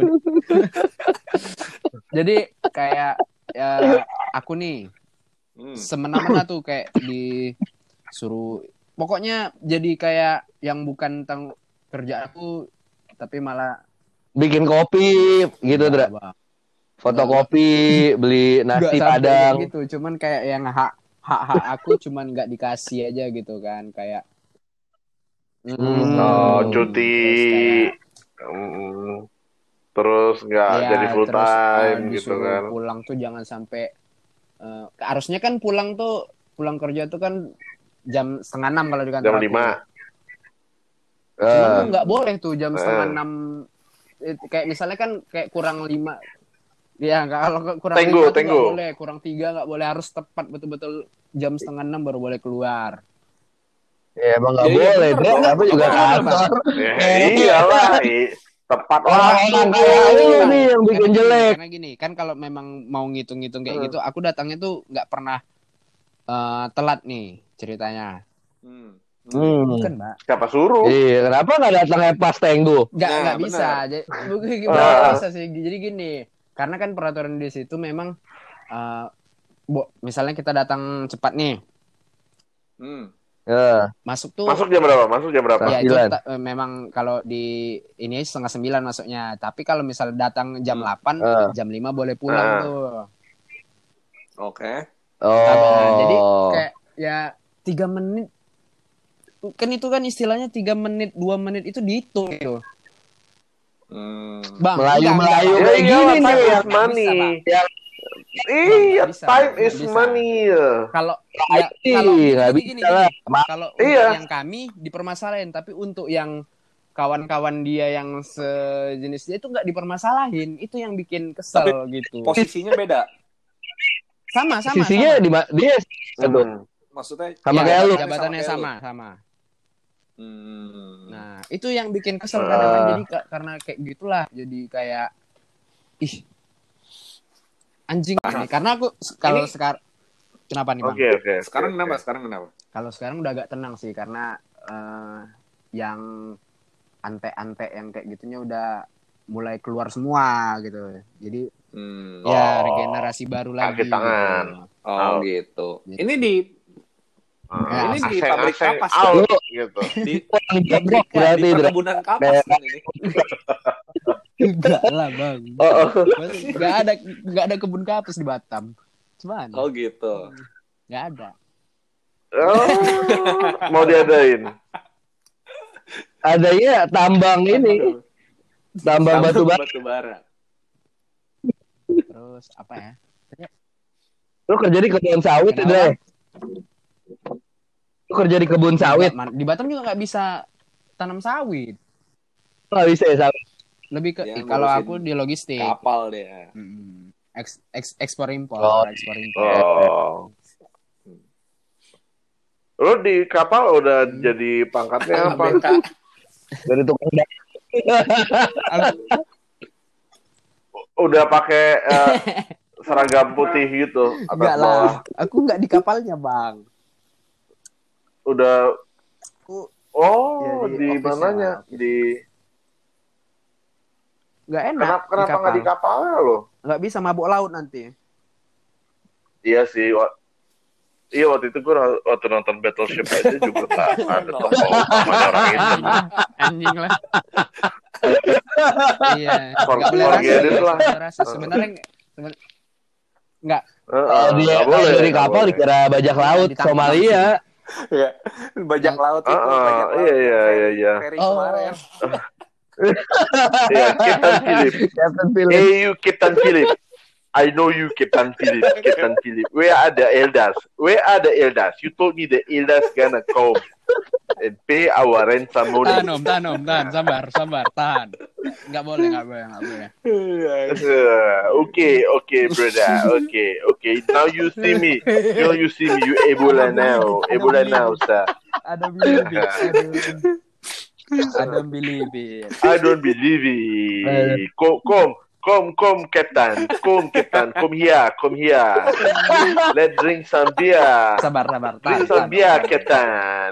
Jadi kayak ya aku nih hmm. semena-mena tuh kayak disuruh pokoknya jadi kayak yang bukan tentang kerja aku tapi malah bikin kopi gitu, Dra. Fotokopi, beli nasi padang gitu. Cuman kayak yang hak hak-hak aku cuman nggak dikasih aja gitu kan kayak Hmm. Oh, cuti. Hmm. Terus nggak ya, jadi full terus, time uh, gitu kan. Pulang tuh jangan sampai uh, harusnya kan pulang tuh pulang kerja tuh kan jam setengah enam kalau di kantor. Jam lima. Cuman uh. tuh nggak boleh tuh jam uh. setengah enam. Kayak misalnya kan kayak kurang lima. Ya kalau kurang tenggo, lima tuh nggak boleh, kurang tiga nggak boleh, harus tepat betul-betul jam setengah enam baru boleh keluar. Ya emang nggak ya, boleh, ya, deh. Aku juga kantor. Ya, iyalah, tepat orang-orang kayak lu nih yang bikin karena jelek. Karena gini, kan kalau memang mau ngitung-ngitung kayak hmm. gitu, aku datangnya tuh nggak pernah uh, telat nih ceritanya. Hmm. Hmm. Bukan, Mbak. Siapa suruh? Iya, kenapa nggak datangnya pas tenggo? Nggak, nah, nggak bisa. Jadi, nggak bisa sih. Jadi gini, karena kan peraturan di situ memang, uh, bo, misalnya kita datang cepat nih. Hmm. Uh. Masuk tuh masuk jam berapa? Masuk jam berapa? Ya itu ta- memang kalau di ini setengah sembilan masuknya. Tapi kalau misalnya datang jam delapan, uh. jam lima boleh pulang uh. tuh. Oke. Okay. Oh. Nah, jadi kayak ya tiga menit. Kan itu kan istilahnya tiga menit, dua menit itu dihitung gitu. Hmm. Bang, Melayu-Melayu kayak gini nih yang money. Yang iya, bisa, time is bisa. money. Kalau ya, kalau nggak gini, bisa lah. Kalau iya. yang kami dipermasalahin, tapi untuk yang kawan-kawan dia yang sejenis dia itu nggak dipermasalahin, itu yang bikin kesel. Tapi gitu. Posisinya beda. Sama sama. Posisinya sama. di dia hmm. Maksudnya sama ya, kayak lu. Jabatannya sama sama. Hmm. Nah itu yang bikin kesel uh. kadang jadi karena kayak gitulah, jadi kayak ih anjing ah. ini. Karena aku kalau sekarang kenapa nih bang? Oke okay, oke. Okay, sekarang okay. kenapa? Sekarang kenapa? Kalau sekarang udah agak tenang sih karena uh, yang ante-ante yang kayak gitunya udah mulai keluar semua gitu. Jadi hmm. ya regenerasi baru lagi. Tangan. Gitu. Oh gitu. gitu. Ini di uh, ini aseng, di pabrik aseng, kapas out, kan? gitu. Di, di, di perkebunan kapas kan ini. Enggak lah bang. Oh, oh. Enggak ada enggak ada kebun kapas di Batam. Cuman. Oh gitu. Enggak ada. Oh, mau diadain. Adanya tambang ini. Tambang, tambang batu bara. Batu bara. Terus apa ya? Lu kerja di kebun sawit itu deh. Lu kerja di kebun sawit. Di Batam juga nggak bisa tanam sawit. Nggak bisa ya sawit. Lebih ke ya, kalau aku di logistik. Kapal deh. Hmm. Eks, eks, ekspor impor, oh. ekspor impor. Oh. Lu di kapal udah hmm. jadi pangkatnya apa? Dari tukang udah pakai uh, seragam putih gitu. Enggak lah, aku nggak di kapalnya bang. Udah. Oh, ya, di, di mananya? Ya. Di. Nggak enak. Kenapa kenapa nggak di kapalnya lo? Nggak bisa mabuk laut nanti. Iya sih. Iya waktu itu gue waktu nonton Battleship aja juga tak ada tokoh utamanya orang itu. Anjing lah. Iya. Nggak boleh lah. Sebenarnya nggak. Uh, dia boleh dari kapal dikira bajak laut Somalia. Iya. Bajak laut itu. Uh, uh, bajak laut. Iya iya iya iya. Ferry kemarin. Iya, Captain Philip. Captain Philip. Hey you Captain Philip. I know you, Captain Philip. Captain Philip. Where are the elders? Where are the elders? You told me the elders gonna come and pay our ransom money. Tahan om, tahan om, tahan. Sabar, sabar, tahan. Nggak boleh, nggak boleh, nggak boleh. Okay, okay, brother. Okay, okay. Now you see me. Now you see me. You Ebola now. Ebola now, sir. I don't believe it. I don't believe it. I don't believe it. Come, come. Come, come, Captain. Come, Captain. Come here, come here. Let's drink some beer. Sabar, sabar. Drink some beer, Captain.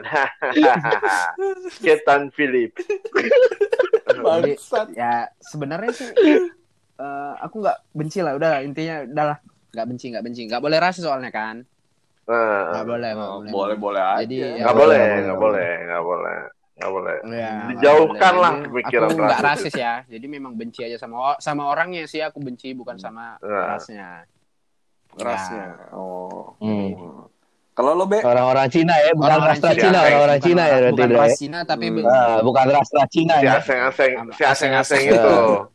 Captain Philip. Jadi, ya sebenarnya sih uh, aku nggak benci lah. Udah intinya udahlah nggak benci, nggak benci. Nggak boleh rasis soalnya kan. Nggak boleh, nggak boleh. Boleh, boleh aja. Jadi nggak boleh, nggak boleh, nggak boleh. Nggak boleh. Ya, dijauhkan lah pikiran aku nggak rasis ya. Jadi memang benci aja sama sama orangnya sih aku benci, bukan sama nah. rasnya. Rasnya. Ya. Oh. Hmm. Kalau lo Be? Orang-orang Cina ya, bukan orang ras Cina, orang-orang Cina ya berarti. Bukan ras Cina tapi hmm. nah, bukan ras Cina si ya. Aseng-aseng, si aseng-aseng itu.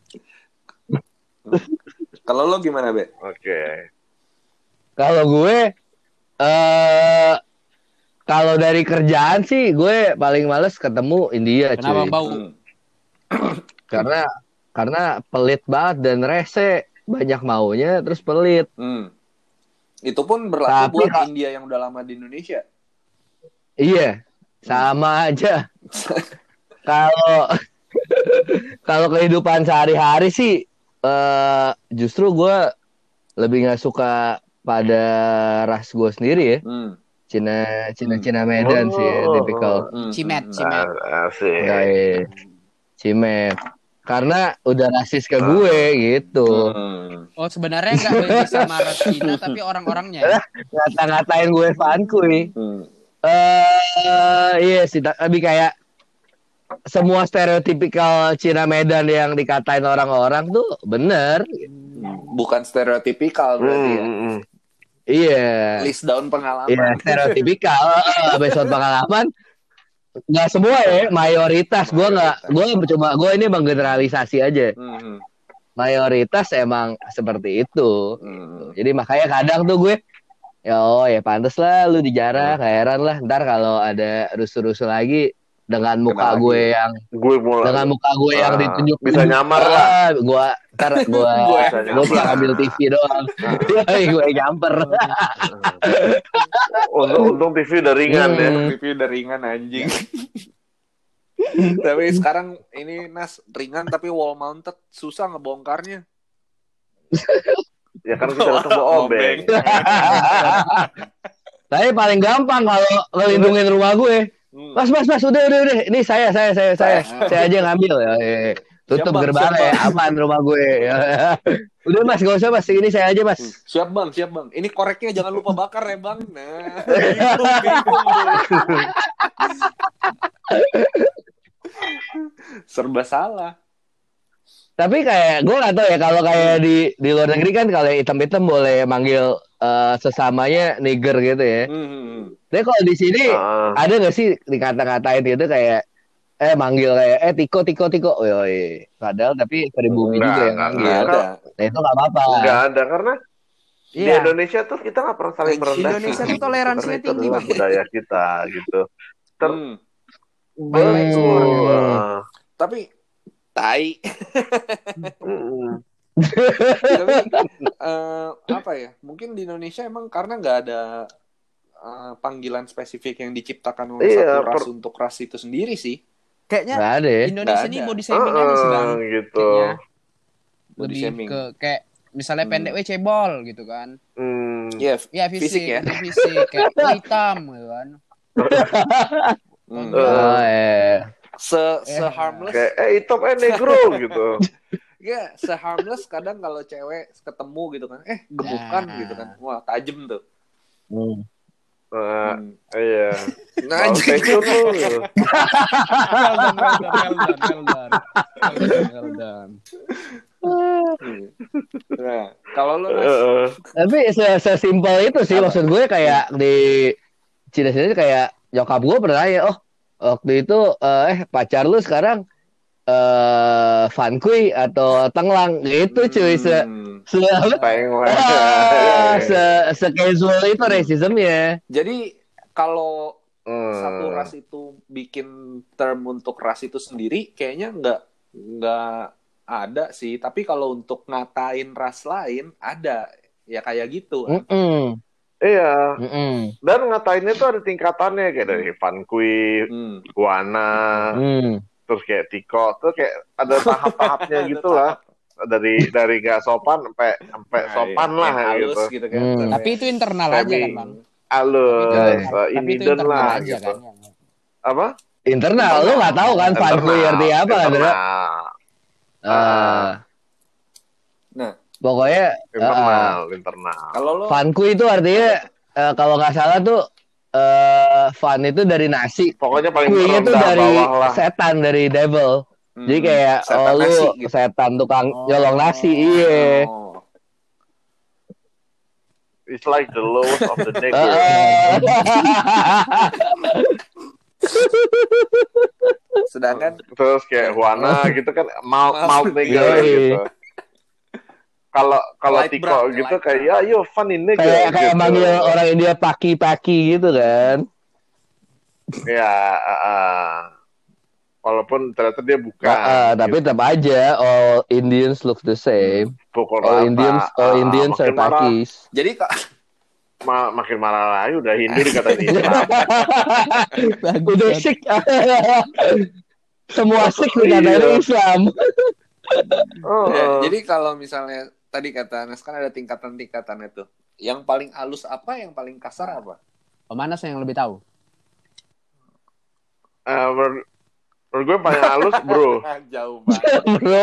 Kalau lo gimana Be? Oke. Okay. Kalau gue eh uh, kalau dari kerjaan sih gue paling males ketemu India. Kenapa cuy. bau? Karena karena pelit banget dan rese, banyak maunya terus pelit. Hmm. Itu pun berlaku Tapi, buat ha- India yang udah lama di Indonesia. Iya, sama aja. Kalau kalau kehidupan sehari-hari sih uh, justru gue lebih nggak suka pada ras gue sendiri ya. Hmm. Cina, Cina, Cina Medan oh, sih, tipikal. Oh, Cimet, Cimet. Asik. Guys, Cimet. Karena udah rasis ke gue gitu. Oh sebenarnya nggak benci sama ras Cina, tapi orang-orangnya. Ngata-ngatain gue fankuy. Hmm. Uh, iya sih, tapi kayak semua stereotipikal Cina Medan yang dikatain orang-orang tuh bener. Bukan stereotipikal berarti ya. Hmm. Iya. List down pengalaman. Iya, stereotipikal. Episode pengalaman. Nggak semua ya, mayoritas. Gue nggak, gue cuma gue ini menggeneralisasi aja. Hmm. Mayoritas emang seperti itu. Hmm. Jadi makanya kadang tuh gue, ya oh ya pantas lah lu dijarah, hmm. heran lah. Ntar kalau ada rusuh-rusuh lagi, dengan muka gue yang gue mulai dengan muka gue uh, yang ditunjuk bisa nyamar lah. Gue ntar gue gue tinggal ambil T V doang. Gue nyamper. Untung untung T V udah ringan hmm. ya. T V udah ringan anjing. Tapi sekarang ini Nas ringan tapi wall mounted susah ngebongkarnya. Ya kan bisa ketemu obeng. Tapi paling gampang kalau ngelindungin rumah gue. Mas, mas, mas, udah, udah, udah. Ini saya, saya, saya, saya, saya aja ngambil. Ya, tutup gerbang ya, aman rumah gue. Ya. Udah mas, gak usah mas, ini saya aja mas. Siap bang, siap bang. Ini koreknya jangan lupa bakar ya bang. Nah, serba salah. Tapi kayak gue gak tahu ya kalau kayak di di luar negeri kan kalau hitam-hitam boleh manggil uh, sesamanya nigger gitu ya. Hmm. Tapi kalau di sini uh. ada gak sih dikata-katain gitu kayak eh manggil kayak eh tiko tiko tiko, yoi. Padahal tapi pribumi juga yang manggil. Ada. Nah itu gak apa-apa. Nggak ada karena iya. Di Indonesia tuh kita nggak pernah saling merendahkan. Indonesia tuh toleransinya tinggi banget. Budaya kita gitu. Ter hmm. Betul. Uh. Tapi tai. Tapi uh, apa ya? Mungkin di Indonesia emang karena nggak ada uh, panggilan spesifik yang diciptakan oleh iya, satu ras per... untuk ras itu sendiri sih. Kayaknya ada ya? Indonesia ini body shaming uh, aja sih bang. Gitu. Kayaknya lebih ke kayak misalnya hmm. pendek we cebol gitu kan. Hmm. Ya, ya fisik, fisik ya. Fisik kayak hitam gitu kan. hmm. Oh, eh. Se se harmless kayak eh hitam eh negro gitu. Ya, se harmless kadang kalau cewek ketemu gitu kan. Eh, gebukan nah. gitu kan. Wah, tajem tuh. Hmm. Nah, hmm. iya. Nah, itu tuh. Nah, kalau lo uh, tapi sesimpel itu sih apa? Maksud gue kayak di Cina sini kayak nyokap gue pernah ya, oh waktu itu uh, eh pacar lu sekarang eh uh, Van Kui atau Tenglang gitu cuy se se se se casual itu racismnya. Jadi kalau hmm. satu ras itu bikin term untuk ras itu sendiri kayaknya nggak nggak ada sih. Tapi kalau untuk ngatain ras lain ada ya kayak gitu. Mm-mm. Iya. Mm-mm. Dan ngatainnya tuh ada tingkatannya kayak dari Van Kui, mm. Guana. Mm. Terus kayak Tiko, tuh kayak ada tahap-tahapnya gitu lah. Dari dari gak sopan sampai sampai sopan nah, lah halus, gitu. gitu kan. Hmm. Tapi itu internal Saming, aja kan, Bang. Halus, uh, ini dan lah gitu. Kan, ya. Apa? Internal, internal. Lu nggak tahu kan Van Kui artinya apa kan? Uh, nah, pokoknya internal, uh, internal. Kalau lo Van Kui itu artinya uh, kalau nggak salah tuh Uh, fun itu dari nasi, pokoknya paling kuenya itu dari setan, dari devil. Hmm, jadi kayak oh lu gitu. Setan tukang oh. nyolong nasi, iya. Oh. It's like the lowest of the nigger. Sedangkan terus kayak Juana gitu kan mau mau nigger gitu. Kalau kalau Tiko gitu kayak ya yo fun ini kayak kayak gitu. Manggil orang India paki-paki gitu kan. Ya, uh, uh. walaupun ternyata dia bukan. Uh, uh, gitu. Tapi tetap aja all Indians look the same. Pukul all rata. Indians all uh, Indians are pakis. Jadi kak Ma- makin marah lagi udah Hindu dikatain Islam. Udah Sikh. Semua Sikh dikatain Islam. Oh, ya, jadi kalau misalnya tadi kata Anas kan ada tingkatan-tingkatan itu. Yang paling halus apa, yang paling kasar apa? Pemanas yang lebih tahu. Uh, menurut, menurut gue paling halus bro. Jauh banget. Bro.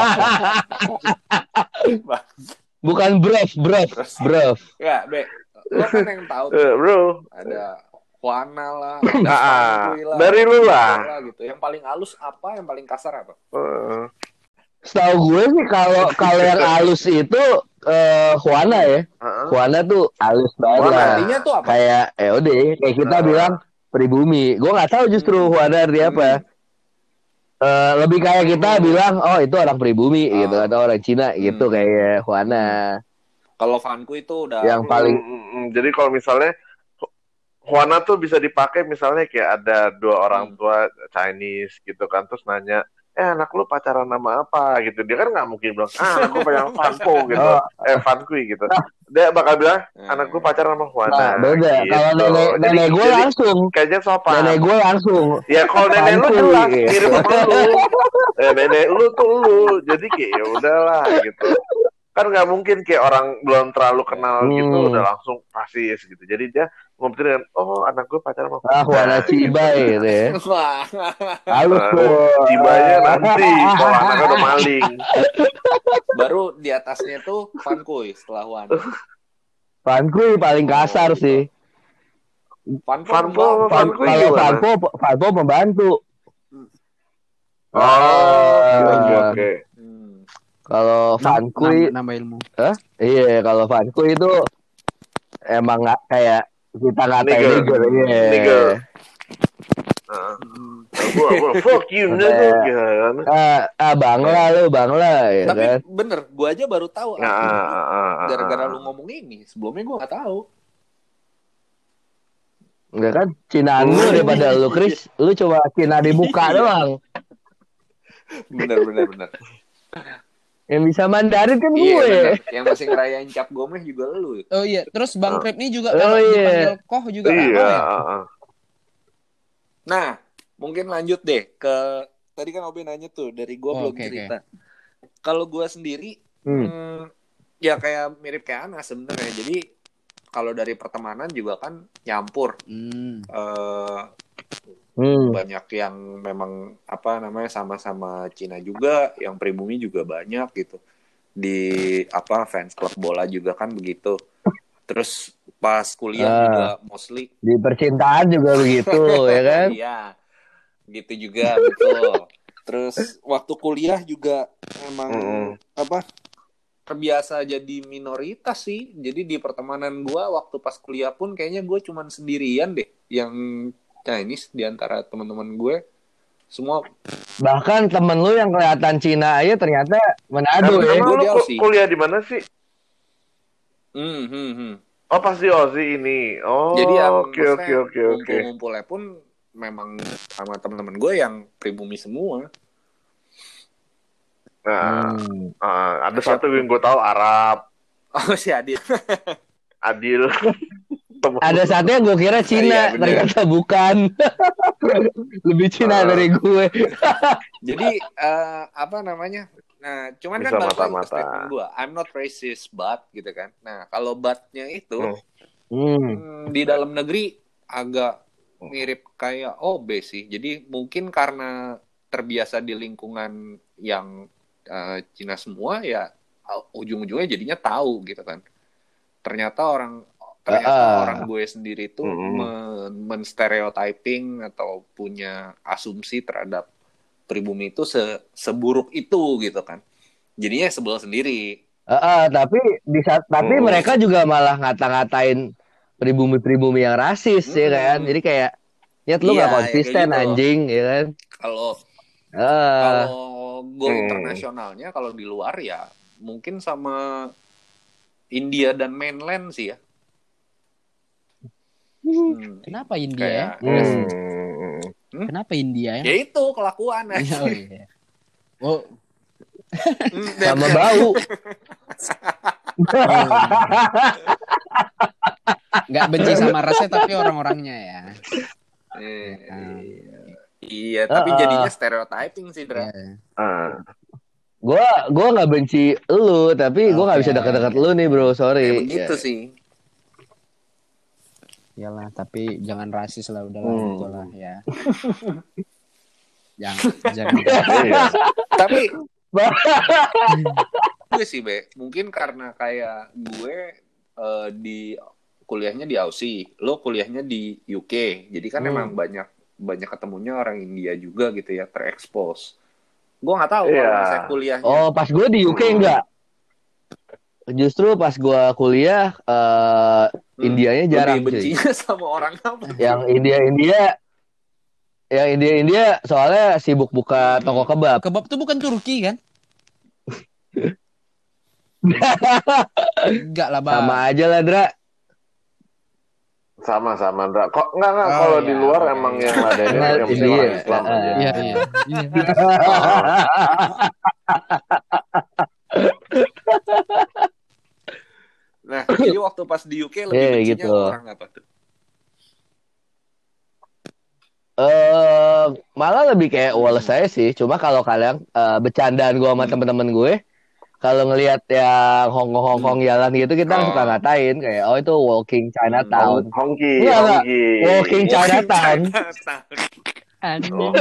Bukan bref, bref, bref. Ya, Be. Lo kan yang tahu. Uh, bro. Ada Juana lah, ada Van lah. Dari lu lah. lah gitu. Yang paling halus apa, yang paling kasar apa? Uh. Setahu gue sih kalau kalau yang halus itu uh, Juana ya. Uh-huh. Juana tuh halus banget. Artinya tuh apa? Kayak eh udah kayak kita uh. bilang pribumi. Gue nggak tahu justru hmm. Juana artinya apa. Hmm. Uh, lebih kayak kita hmm. bilang oh itu orang pribumi uh. gitu atau orang Cina hmm. gitu kayak Juana. Kalau Vanku itu udah yang paling hmm, jadi kalau misalnya Hwana tuh bisa dipakai misalnya kayak ada dua orang tua Chinese gitu kan, terus nanya, eh anak lu pacaran nama apa gitu. Dia kan nggak mungkin bilang, ah anak gue pacaran Fanpo gitu, oh. eh Fankui gitu. Dia bakal bilang, anak gue pacaran sama Hwana. Nah, beda. Gitu. Kalau nenek, nenek gue langsung. Kayaknya sopan. Nenek gue langsung. Ya kalau nenek lu jelas mirip sama lu. Eh, nenek lu tuh lu. Jadi kayak ya udahlah gitu. Kan nggak mungkin kayak orang belum terlalu kenal hmm. gitu udah langsung rasis gitu. Jadi dia ngomongin, oh anak gue pacaran sama ah Hwana Cibai gitu ya. Halus uh, Cibainya nanti kalau anaknya udah maling. Baru di atasnya tuh Fankui setelah Hwana. Fankui paling kasar oh, sih. Fanpo, Fanpo, Fanpo, kalau Fanpo, Fanpo membantu. Oh, oke oke. Okay. Kalau Fankui nama, nama ilmu. Hah? Iya, kalau Fankui itu emang nggak kayak kita ngatain nigger, iya. Nigger. Nah, gua gua fuck you nigger kan. Ah, ah bangla lu, bangla ya. Tapi kan? Bener, gua aja baru tahu. Nah, ah, ah, gara-gara lu ngomong ini, sebelumnya gua nggak tahu. Enggak kan? Cinaan lu daripada lu, Chris. Lu coba Cina di muka doang. Bener, bener, bener. Yang bisa Mandarin kan gue. Iya, yang masih ngerayain cap gomeh juga lu. Oh iya, terus Bang Krip nih juga oh, kalau iya. dipanggil Koh juga iya. apa ya? Nah, mungkin lanjut deh ke tadi kan Obe nanya tuh dari gue oh, belum okay, cerita. Okay. Kalau gue sendiri, hmm. Hmm, ya kayak mirip kayak Anas sebenarnya. Jadi kalau dari pertemanan juga kan nyampur. Hmm. Uh, Hmm. Banyak yang memang apa namanya sama-sama Cina juga, yang pribumi juga banyak gitu. Di apa fans klub bola juga kan begitu. Terus pas kuliah uh, juga mostly di percintaan juga begitu ya kan? Iya. Gitu juga betul. Terus waktu kuliah juga emang hmm. apa terbiasa jadi minoritas sih. Jadi di pertemanan gua waktu pas kuliah pun kayaknya gua cuman sendirian deh yang Chinese di antara teman-teman gue semua. Bahkan temen lu yang kelihatan Cina aja ternyata Manado ya. Lu kuliah di mana sih? Hmm, hmm, hmm. Oh pasti Aussie ini. Oh. Jadi yang oke oke oke oke. Ngumpul-ngumpulnya pun memang sama teman-teman gue yang pribumi semua. Nah, hmm. uh, ada Siap. Satu yang gue tahu Arab. Oh si Adil. Adil. Ada satunya gue kira Cina, iya, ternyata bukan. Lebih Cina uh, dari gue. Jadi uh, apa namanya? Nah, cuman kan balik lagi ke statement gue, I'm not racist, but gitu kan. Nah, kalau but-nya itu hmm. Hmm, di dalam negeri agak mirip kayak O B sih. Jadi mungkin karena terbiasa di lingkungan yang uh, Cina semua, ya ujung-ujungnya jadinya tahu gitu kan. Ternyata orang ternyata uh, orang gue sendiri tuh uh, men- men-stereotyping atau punya asumsi terhadap pribumi itu se- seburuk itu gitu kan. Jadinya sebel sendiri. Uh, uh, tapi di saat, tapi uh, mereka juga malah ngata-ngatain pribumi-pribumi yang rasis uh, ya kan. Jadi kayak ya lu nggak iya, konsisten ya gitu. Anjing ya kan. Kalau uh, kalau go uh, internasionalnya kalau di luar ya mungkin sama India dan mainland sih ya. Hmm. Kenapa India Kayak, ya? Hmm. Hmm? Kenapa India ya? Ya itu kelakuan aja. Oh iya. Oh. Sama bau. Nggak benci sama rasnya tapi orang-orangnya ya. Eh, hmm. Iya, tapi uh, jadinya stereotyping sih, Dra. Yeah. Uh. Gue gue nggak benci lu, tapi gue nggak okay. bisa dekat-dekat lu nih, bro. Sorry. Ya, begitu yeah. sih. Iyalah, tapi jangan rasis lah, udahlah hmm. itulah ya. jangan jangan. Tapi gue sih, Be, mungkin karena kayak gue uh, di kuliahnya di Aussie, lo kuliahnya di U K. Jadi kan hmm. emang banyak banyak ketemunya orang India juga gitu ya, terekspos. Gue nggak tahu yeah. kalau misalnya kuliahnya. Oh, pas gue di U K hmm. enggak. Justru pas gue kuliah uh, hmm. Indianya jarang sih. Bencinya sama orang apa? Yang India-India yang India-India soalnya sibuk buka toko kebab. Kebab tuh bukan Turki kan? Enggak lah, Bang. Sama aja lah, Dra. Sama-sama, Ndra. Kok enggak enggak oh, kalau iya, di luar okay. Emang yang ada ini yang penting orang Islam aja. Iya, iya. Nah, jadi waktu pas di U K lebih yeah, bencinya gitu. orang apa tuh? Eh uh, malah lebih kayak hmm. Wallace saya sih. Cuma kalau kalian uh, bercandaan gue sama hmm. teman-teman gue, kalau ngelihat yang Hongkong Hongkong hmm. jalan gitu kita oh. suka ngatain kayak oh itu walking Chinatown. Hmm. Hongki, Nggak, Hongki. Walking Chinatown. Oh,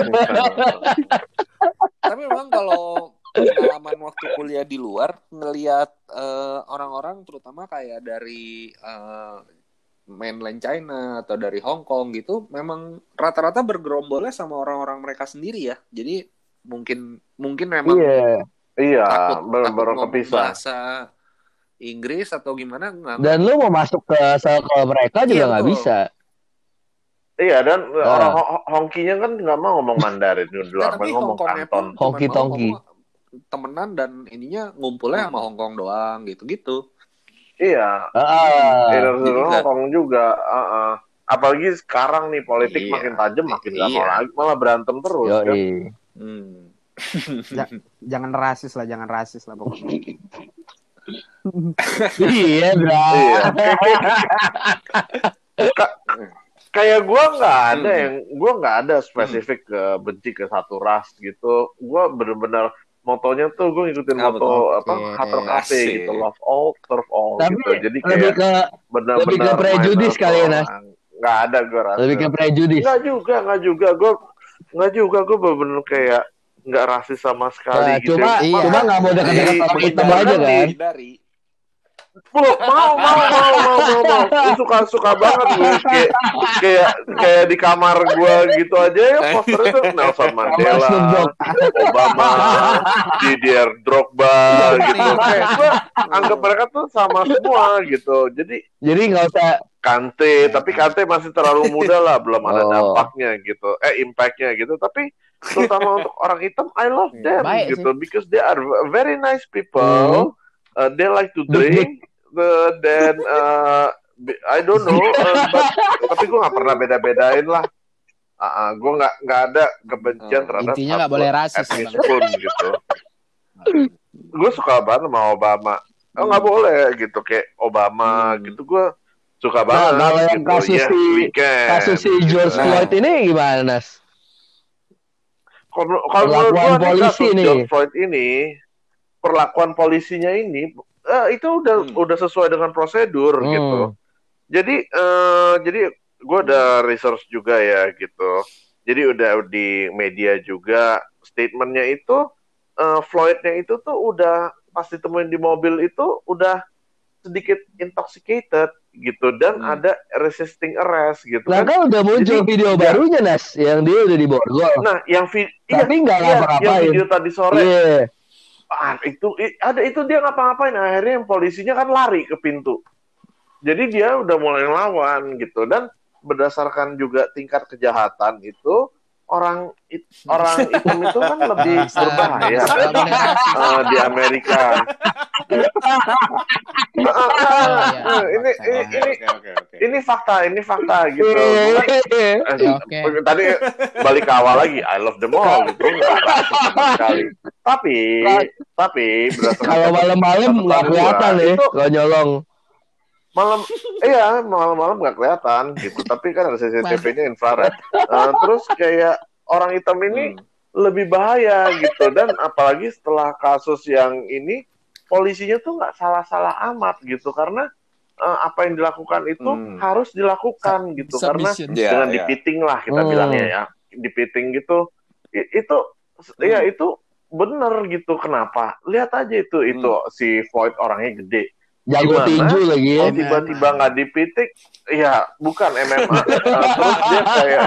tapi memang kalau pengalaman waktu kuliah di luar ngelihat uh, orang-orang terutama kayak dari uh, mainland China atau dari Hong Kong gitu memang rata-rata bergerombolnya sama orang-orang mereka sendiri ya. Jadi mungkin mungkin memang yeah. Iya, baru kepisah bahasa Inggris atau gimana nggak? Dan lu mau masuk ke circle mereka juga nggak iya, bisa. Iya, dan uh. orang Hongkinya kan nggak mau ngomong Mandarin dulu, nah, apa ngomong Kanton. Hongki Tongki. Temenan dan ininya ngumpulnya sama Hongkong doang gitu-gitu. Iya. Uh. Hong Kong juga. Uh-uh. Apalagi sekarang nih politik iya. makin tajam, makin nggak iya. mau lagi, malah berantem terus. Yo, kan? Hmm. J- jangan rasis lah, jangan rasis lah pokoknya. Iya, bro. Ka- kayak gue nggak ada hmm. yang, gue nggak ada spesifik ke benci ke satu ras gitu. Gue benar-benar motonya tuh gue ngikutin nah, moto betul. apa Hater Cafe gitu, love all, serve all. Tapi gitu. Jadi kayak lebih ke benar-benar lebih ke prejudis kali ya, Nas. Nggak ada gue rasa. Lebih ke prejudis. Nggak juga, nggak juga. Gue nggak juga. Gue benar-benar kayak nggak rasis sama sekali nah, gitu. Cuma iya. cuma nggak mau dekat-dekat orang hitam aja kan. Dari. Mau, mau, mau, mau, mau, mau, mau. Suka, suka banget gue kayak, kayak, kayak di kamar gue gitu aja ya posternya tuh Nelson Mandela, Obama, Didier Drogba gitu. Kayak gue anggap mereka tuh sama semua gitu. Jadi, jadi nggak usah Kante, tapi Kante masih terlalu muda lah, belum ada dampaknya gitu, eh impactnya gitu. Tapi terutama untuk orang hitam, I love them Baik gitu, sih. Because they are very nice people. Hmm. Uh, they like to drink, uh, then uh, I don't know, uh, but, tapi gue nggak pernah beda-bedain lah. Uh, uh, gue nggak nggak ada kebencian oh, terhadap intinya nggak boleh rasis pun gitu. Gue suka banget sama Obama. Oh nggak hmm. boleh gitu kayak Obama hmm. gitu gue suka banget. Nah, kalau yang gitu. kasus yes, si kasus si George gitu. Floyd ini gimana, Nas? Kalau menurut gue nih kasus nih. George Floyd ini perlakuan polisinya ini uh, itu udah hmm. udah sesuai dengan prosedur hmm. gitu. Jadi uh, jadi gue ada research juga ya gitu. Jadi udah di media juga statementnya itu uh, Floydnya itu tuh udah pas ditemuin di mobil itu udah sedikit intoxicated gitu dan hmm. ada resisting arrest gitu nah, kan. Kan udah muncul jadi, video ya, barunya Nas yang dia udah diborgol. Nah yang vi- tapi nggak iya, ngapa-ngapain. Yang video tadi sore. Yeah. Ah, itu ada itu dia ngapa-ngapain akhirnya yang polisinya kan lari ke pintu jadi dia udah mulai ngelawan gitu dan berdasarkan juga tingkat kejahatan itu orang it, orang itu itu kan lebih berbahaya uh, di Amerika uh, uh, uh, ini ini ini ini fakta ini fakta gitu okay. Tadi balik ke awal lagi I love them all gitu sekali tapi tapi kalau malam-malam nggak kelihatan ya kalau nyolong malam iya malam-malam nggak kelihatan gitu tapi kan ada C C T V-nya infrared uh, terus kayak orang hitam ini hmm. lebih bahaya gitu dan apalagi setelah kasus yang ini polisinya tuh nggak salah-salah amat gitu karena uh, apa yang dilakukan itu hmm. harus dilakukan gitu Submission. Karena yeah, dengan yeah. dipiting lah kita hmm. bilangnya ya dipiting gitu I- itu hmm. ya itu bener gitu kenapa lihat aja itu hmm. itu si Floyd orangnya gede jago tinju lagi ya. Oh, tiba-tiba nggak dipitik, ya bukan M M A. uh, terus dia kayak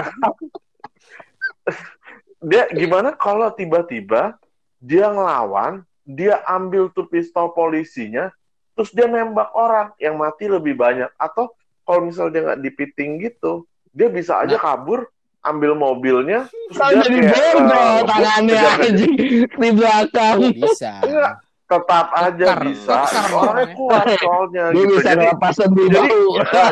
dia gimana kalau tiba-tiba dia ngelawan, dia ambil tuh pistol polisinya, terus dia nembak orang yang mati lebih banyak. Atau kalau misalnya dia nggak dipiting gitu, dia bisa aja kabur, ambil mobilnya, terus dia kayak uh, tangannya aja di belakang. Bisa. Enggak. tetap aja Tekar. bisa. Tekar, orangnya kuat soalnya. Dia gitu. bisa ngelepasin di bau.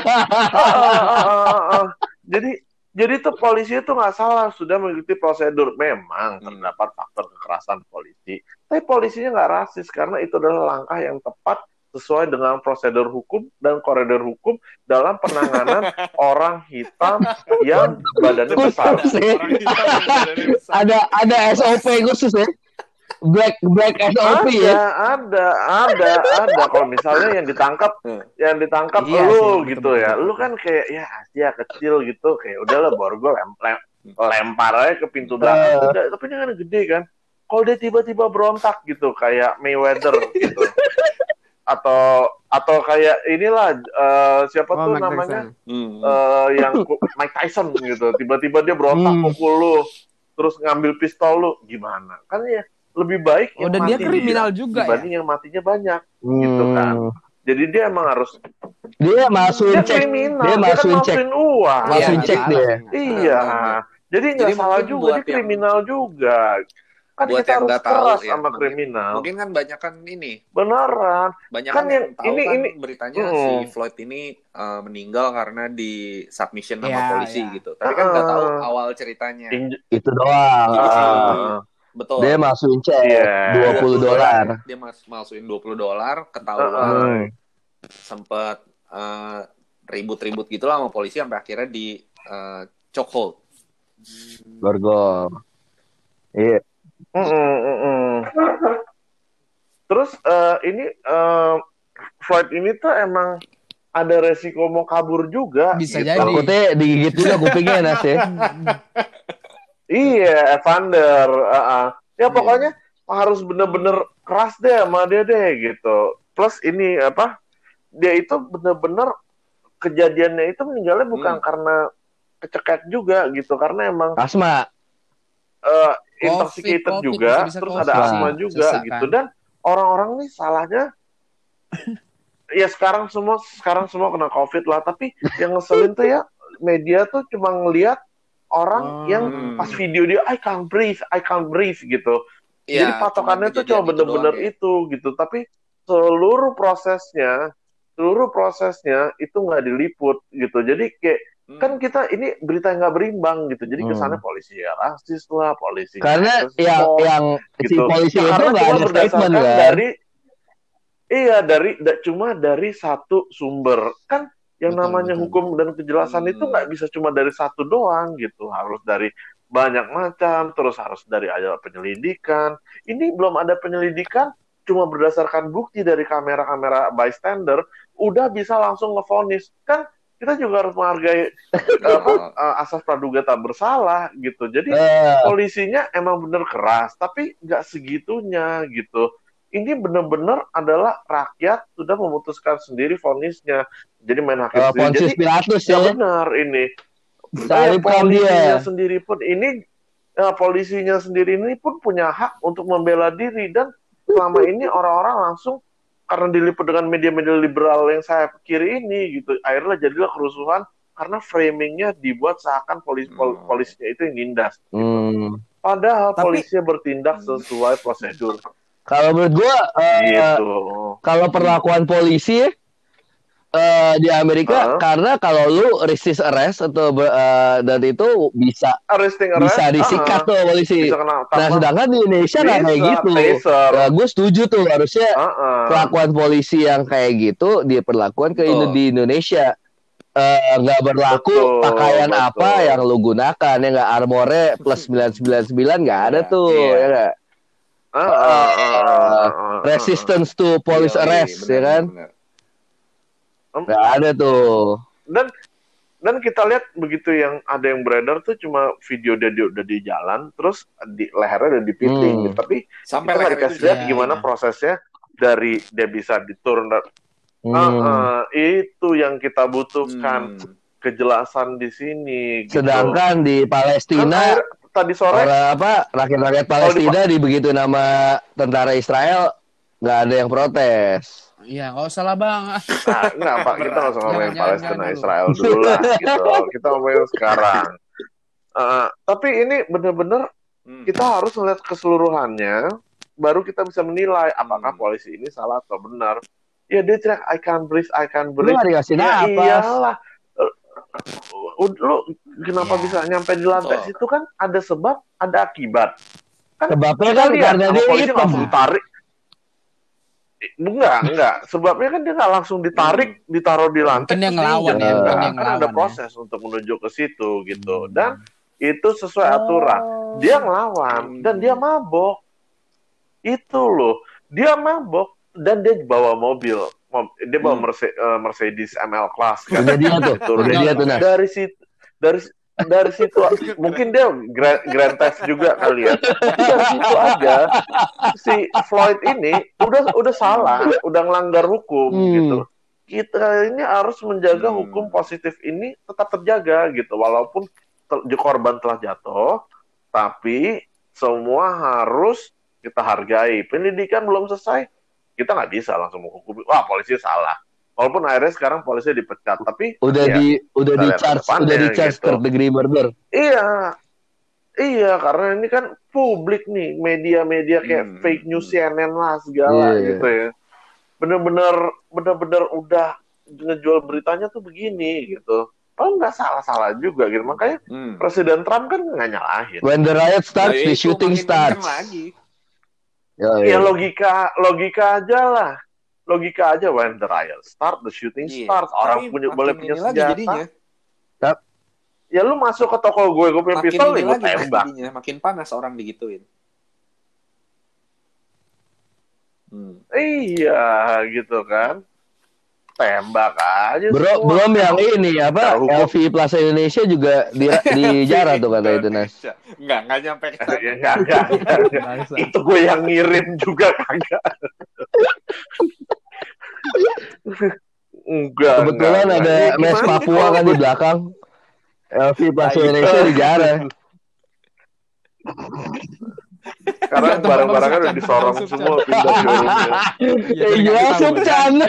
Jadi jadi tuh polisi itu nggak salah sudah mengikuti prosedur. Memang hmm. terdapat faktor kekerasan polisi, tapi polisinya nggak rasis karena itu adalah langkah yang tepat sesuai dengan prosedur hukum dan koridor hukum dalam penanganan orang hitam yang badannya besar. Ada ada S O P khusus ya. Black Black S O P ada, ya? Ada, ada, ada. Kalau misalnya yang ditangkap, yang ditangkap iya, lu sih, gitu betul, ya, betul. Lu kan kayak ya Asia kecil gitu, kayak udahlah borgol lem, lem, lempar aja ke pintu belakang. Uh. Udah, tapi dia kan gede kan. Kalau dia tiba-tiba berontak gitu, kayak Mayweather gitu, atau atau kayak inilah uh, siapa oh, tuh Mike namanya, uh, yang Mike Tyson gitu, tiba-tiba dia berontak hmm. pukul lu, terus ngambil pistol lu, gimana? Kan ya. Lebih baik oh, yang dan mati dia kriminal dia, juga dibanding ya? yang matinya banyak hmm. gitu kan. Jadi dia emang harus dia masukin cek, kriminal. Dia masukin dia cek, kan uang. Masukin cek dia. Iya. iya. Jadi nggak salah juga, dia kriminal yang... juga. Kan buat kita yang harus nggak tahu keras ya, sama mungkin, kriminal. Mungkin kan banyak kan ini. Beneran. Banyak kan, kan yang, yang tahu ini, kan ini, beritanya mm. si Floyd ini uh, meninggal karena di submission sama yeah, polisi yeah. gitu. Tapi kan nggak uh, tahu awal ceritanya. Itu doang. Uh, Betul. Dia masukin cek yeah. dua puluh dolar. Dia mas masukin dua puluh dolar, ketahuan. Uh, Sempet uh, ribut-ribut gitu lah sama polisi sampai akhirnya di uh, chokehold. Borgol. Iya. Mm -mm. Terus uh, ini uh, Floyd ini tuh emang ada resiko mau kabur juga. Bisa gitu. jadi. Takutnya digigit juga kupingnya Nas ya. Iya, Evander. Uh -uh. Ya pokoknya yeah. harus bener-bener keras deh sama dia deh gitu. Plus ini apa? Dia itu bener-bener kejadiannya itu meninggalnya bukan hmm. karena kecekek juga gitu, karena emang asma. Uh, intoxicated COVID, juga, bisa, bisa terus COVID. Ada asma juga Sesak, gitu. Kan? Dan orang-orang nih salahnya ya sekarang semua sekarang semua kena COVID lah, tapi yang ngeselin tuh ya media tuh cuma ngelihat orang hmm. yang pas video dia I can't breathe, I can't breathe gitu. Ya, jadi patokannya tuh cuma bener-bener ya. Itu gitu, tapi seluruh prosesnya, seluruh prosesnya itu nggak diliput gitu. Jadi kayak hmm. kan kita ini berita yang nggak berimbang gitu. Jadi kesannya hmm. polisi ya rasis lah, polisi. Karena yang yang gitu. Si polisi ya, itu nggak ada statement kan? Dari iya dari da, cuma dari satu sumber kan. Yang betul, namanya betul. Hukum dan kejelasan hmm. itu nggak bisa cuma dari satu doang gitu, harus dari banyak macam, terus harus dari ada penyelidikan. Ini belum ada penyelidikan, cuma berdasarkan bukti dari kamera-kamera bystander, udah bisa langsung ngevonis. Kan kita juga harus menghargai apa, asas praduga tak bersalah gitu. Jadi uh. polisinya emang bener keras, tapi nggak segitunya gitu. Ini benar-benar adalah rakyat sudah memutuskan sendiri vonisnya. Jadi main hakim uh, sendiri. Jadi Pilatus, ya benar ini. Ya, polisinya dia. sendiri pun ini ya, polisinya sendiri ini pun punya hak untuk membela diri, dan selama ini orang-orang langsung karena diliput dengan media-media liberal yang saya kiri ini gitu, akhirnya jadilah kerusuhan karena framingnya dibuat seakan polisi pol, polisinya itu yang nindas. Gitu. Hmm. Padahal Tapi, polisinya bertindak sesuai prosedur. Kalau menurut gue, uh, gitu. Kalau perlakuan polisi uh, di Amerika, uh-huh. karena kalau lu resist arrest atau uh, dan itu bisa arrest, bisa disikat uh-huh. tuh polisi. Nah, sedangkan di Indonesia nggak kayak gitu. Nah, gue setuju tuh harusnya uh-huh. perlakuan polisi yang kayak gitu diperlakukan ke uh. di Indonesia. Nggak uh, berlaku betul, pakaian betul. Apa yang lu gunakan, ya nggak armornya plus sembilan sembilan sembilan nggak ada tuh, yeah. ya nggak. Uh, uh, uh, uh, uh, uh, resistance to police iya, arrest, bener, ya kan? Nggak ada tuh. Dan dan kita lihat begitu yang ada yang beredar tuh cuma video dia, dia udah di jalan, terus di lehernya udah dipiting. Hmm. Gitu. Tapi sampai kita dikasih lihat ya, gimana ya. prosesnya dari dia bisa diturun. Hmm. Uh, uh, itu yang kita butuhkan hmm. kejelasan di sini. Gitu. Sedangkan di Palestina. Kan air, tadi sore orang apa rakyat-rakyat Palestina di... dibegitu nama tentara Israel nggak ada yang protes. Iya, nggak usah lah bang. Nah, nggak Pak, kita nggak usah ngomongin Palestina Israel dulu lah. Gitu. Kita ngomongin sekarang. Uh, tapi ini benar-benar hmm. kita harus melihat keseluruhannya. baru kita bisa menilai apakah polisi ini salah atau benar. Ya dia teriak I can't breathe, I can't breathe. Lu dikasih ya napas. Iyalah. Lu kenapa ya. bisa nyampe di lantai situ kan ada sebab, ada akibat. Kan sebabnya kan karena dia polisi langsung ditarik. Enggak, enggak. Sebabnya kan dia nggak langsung ditarik, hmm. ditaruh di lantai. Mungkin yang ngelawan ya, enggak. Yang kan ada proses ya. untuk menuju ke situ gitu. Dan itu sesuai aturan. Dia ngelawan dan dia mabok. Itu loh. Dia mabok dan dia bawa mobil. Dia bawa hmm. Mercedes M L Class kan. Udah dia tuh. Udah dia tuh. Nah. Dari situ dari dari situ mungkin dia grand, grand test juga kali ya. Dari situ aja si Floyd ini udah udah salah, udah ngelanggar hukum hmm. gitu. Kita ini harus menjaga hmm. hukum positif ini tetap terjaga gitu, walaupun ter- korban telah jatuh, tapi semua harus kita hargai. Pendidikan belum selesai, kita nggak bisa langsung menghukumi. Wah, polisi salah. Walaupun akhirnya sekarang polisi dipecat, tapi udah ya, di udah di charge udah di charge gitu. third degree murder. Iya, iya karena ini kan publik nih, media-media kayak hmm. fake news C N N lah segala yeah. gitu ya. Bener-bener bener-bener udah ngejual beritanya tuh begini gitu. Oh nggak salah-salah juga gitu, makanya hmm. Presiden Trump kan nggak nyalahin. When the riot starts, nah, the shooting starts. Lagi. Ya, ya. ya logika logika aja lah. Logika aja when the riot start, the shooting yeah. starts. Orang punya boleh punya senjata. Yep. Ya lu masuk ke toko gue, gue punya pistol, gue tembak. Makin panas orang digituin. Hmm. Iya, gitu kan. Tembak aja. Bro, semua. Belum yang ini apa? L V Plaza Indonesia juga di dijarah tuh kata itu Nas. Enggak, enggak nyampe ke sana. Enggak, enggak, enggak. Itu gue yang ngirim juga kagak. Enggak. Kebetulan enggak, ada enggak. Mes Papua kan di belakang. L V Plaza Indonesia dijarah. Sekarang barang-barangnya udah disorong semua pindah showroomnya. Iya, langsung canda.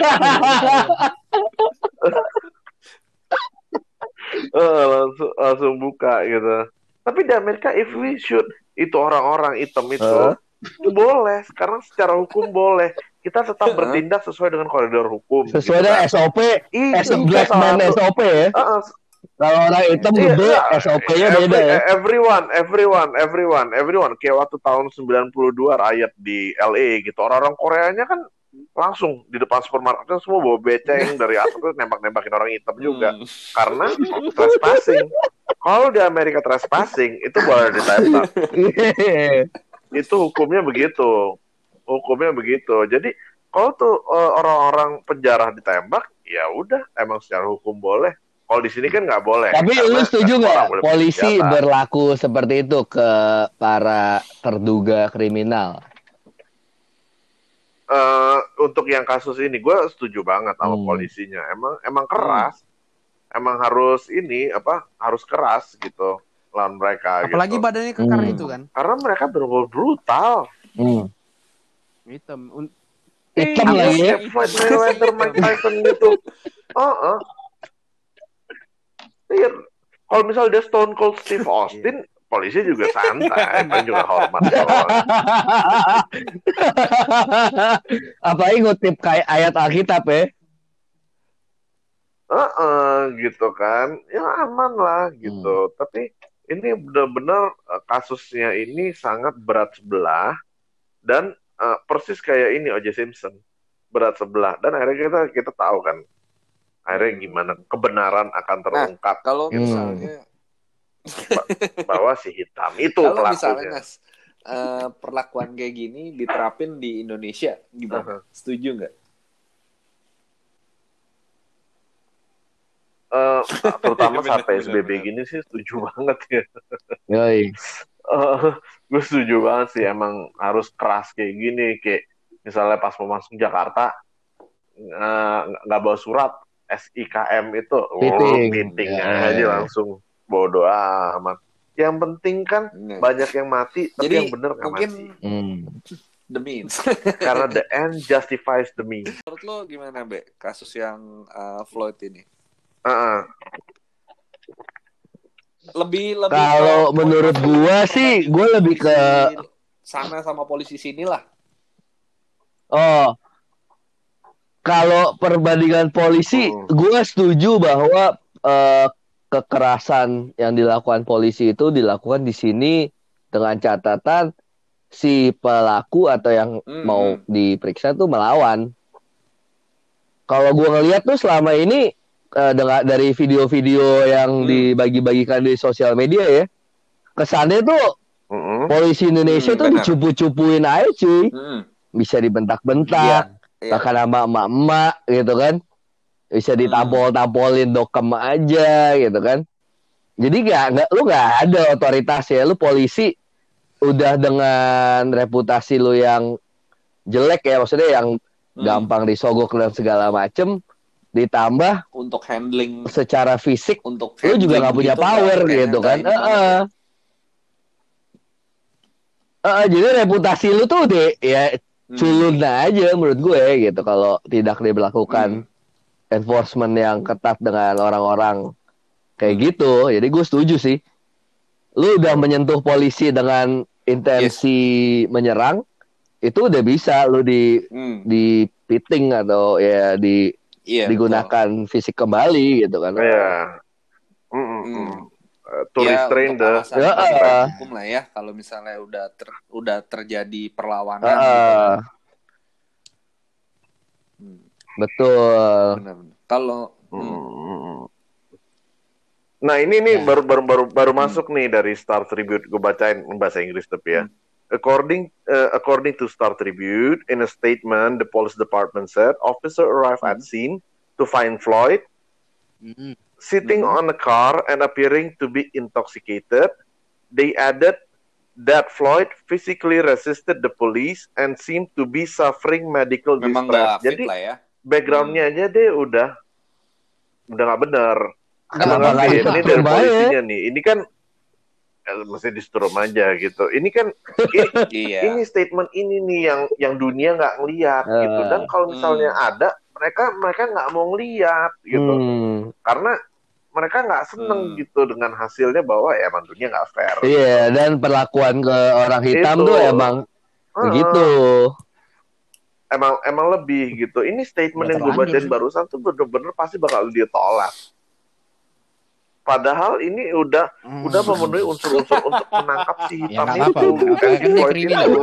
uh, langsung langsung buka gitu. Tapi di Amerika if we shoot itu orang-orang hitam itu uh? boleh. Sekarang secara hukum boleh. Kita tetap bertindak sesuai dengan koridor hukum. Sesuai dengan gitu. S O P. S Black Man S O P ya. Uh, Kalau orang hitam gede, yeah, S O P-nya beda ya. Everyone, everyone, everyone, everyone. Kayak waktu tahun sembilan puluh dua riot di L A gitu. Orang-orang Koreanya kan langsung di depan supermarket semua bawa beceng dari atas tuh nembak-nembakin orang hitam juga. Hmm. Karena trespassing. Kalau di Amerika trespassing, itu boleh ditembak. Itu hukumnya begitu. Hukumnya begitu. Jadi, kalau tuh uh, orang-orang penjara ditembak, ya udah, emang secara hukum boleh. Kalau di sini kan nggak boleh. Tapi lu setuju nggak polisi berlaku seperti itu ke para terduga kriminal? Uh, untuk yang kasus ini, gue setuju banget sama hmm. polisinya. Emang emang keras, hmm. emang harus ini apa? Harus keras gitu lawan mereka. Apalagi gitu. Badannya kekar hmm. itu kan? Karena mereka benar-benar brutal. Hmm. Hitam, Un- hitam lagi. Ya, Floyd Mayweather, Mike Tyson gitu. Oh, uh. Iya, kalau misal dia Stone Cold Steve Austin, polisi juga santai, kan juga hormat. Apalagi ngutip kayak ayat Alkitab ya? Uh, uh, gitu kan, ya aman lah gitu. Hmm. Tapi ini benar-benar kasusnya ini sangat berat sebelah dan uh, persis kayak ini O J Simpson, berat sebelah. Dan akhirnya kita kita tahu kan. Akhirnya gimana kebenaran akan terungkap. Nah, kalau gitu. misalnya bahwa si hitam itu kalau pelakunya. Misalnya, Nas, uh, perlakuan kayak gini diterapin di Indonesia, gimana? Uh-huh. Setuju nggak? Uh, terutama saat P S B B gini sih setuju banget ya. Yoi. uh, gue setuju banget sih, emang harus keras kayak gini. Kayak misalnya pas mau masuk Jakarta nggak uh, bawa surat S I K M itu, meeting, meeting ya, aja ya. langsung bodo amat. Yang penting kan ya. Banyak yang mati, tapi jadi, yang bener nggak mati. Hmm. The means. Karena the end justifies the means. Menurut lo gimana, Be? Kasus yang uh, Floyd ini? Uh-uh. Lebih lebih. Kalau menurut gua sih, gua lebih ke sana sama polisi sini lah. Oh, kalau perbandingan polisi, hmm. gue setuju bahwa uh, kekerasan yang dilakukan polisi itu dilakukan di sini dengan catatan si pelaku atau yang hmm. mau diperiksa tuh melawan. Kalau gue ngeliat tuh selama ini uh, dengan dari video-video yang hmm. dibagi-bagikan di sosial media ya, kesannya tuh hmm. polisi Indonesia hmm, tuh bener. dicupu-cupuin aja cuy, hmm. bisa dibentak-bentak. Yeah. Bahkan sama emak-emak gitu kan, bisa ditampol-tampolin dokem aja gitu kan. Jadi nggak nggak lu nggak ada otoritas ya, lu polisi udah dengan reputasi lu yang jelek ya, maksudnya yang hmm. gampang disogok dan segala macem, ditambah untuk handling secara fisik, untuk lu juga nggak punya power gitu kan. Uh-uh. Uh, jadi reputasi lu tuh deh ya. Culun aja menurut gue gitu kalau tidak diberlakukan hmm. enforcement yang ketat dengan orang-orang kayak hmm. gitu. Jadi gue setuju sih. Lu udah menyentuh polisi dengan intensi yes. menyerang, itu udah bisa lu di hmm. di pitting atau ya di yeah, digunakan betul. fisik kembali gitu kan. Iya. Yeah. Mm-mm. Mm. To ya, restrain the ya, uh, hukum lah ya kalau misalnya udah ter, udah terjadi perlawanan uh, gitu kan. hmm. Betul. Benar-benar. Kalau hmm. Hmm. Nah ini nih ya. baru baru baru baru hmm. masuk nih dari Star Tribune, gue bacain bahasa Inggris tapi ya. Hmm. According uh, according to Star Tribune, in a statement, the police department said officer arrived hmm. at scene to find Floyd. Hmm. Sitting mm-hmm. on a car and appearing to be intoxicated. They added that Floyd physically resisted the police and seemed to be suffering medical Memang distress. Jadi ya. backgroundnya hmm. aja deh udah udah nggak benar. Kenapa nggak ini dari polisinya nih? Ini kan eh, mesti di-storm aja gitu. Ini kan ini, iya. ini statement ini nih yang yang dunia nggak ngelihat uh, gitu. Dan kalau misalnya hmm. ada mereka mereka nggak mau ngelihat gitu. Hmm. Karena mereka nggak seneng hmm. gitu dengan hasilnya bahwa ya emang dunia nggak fair. Iya, yeah, dan perlakuan ke orang hitam itu. tuh emang uh, begitu. Emang emang lebih gitu. Ini statement ya, yang gue bacain barusan tuh bener-bener pasti bakal dia tolak. Padahal ini udah hmm. udah memenuhi unsur-unsur untuk menangkap si hitam ya, itu, bukan si Floyd itu.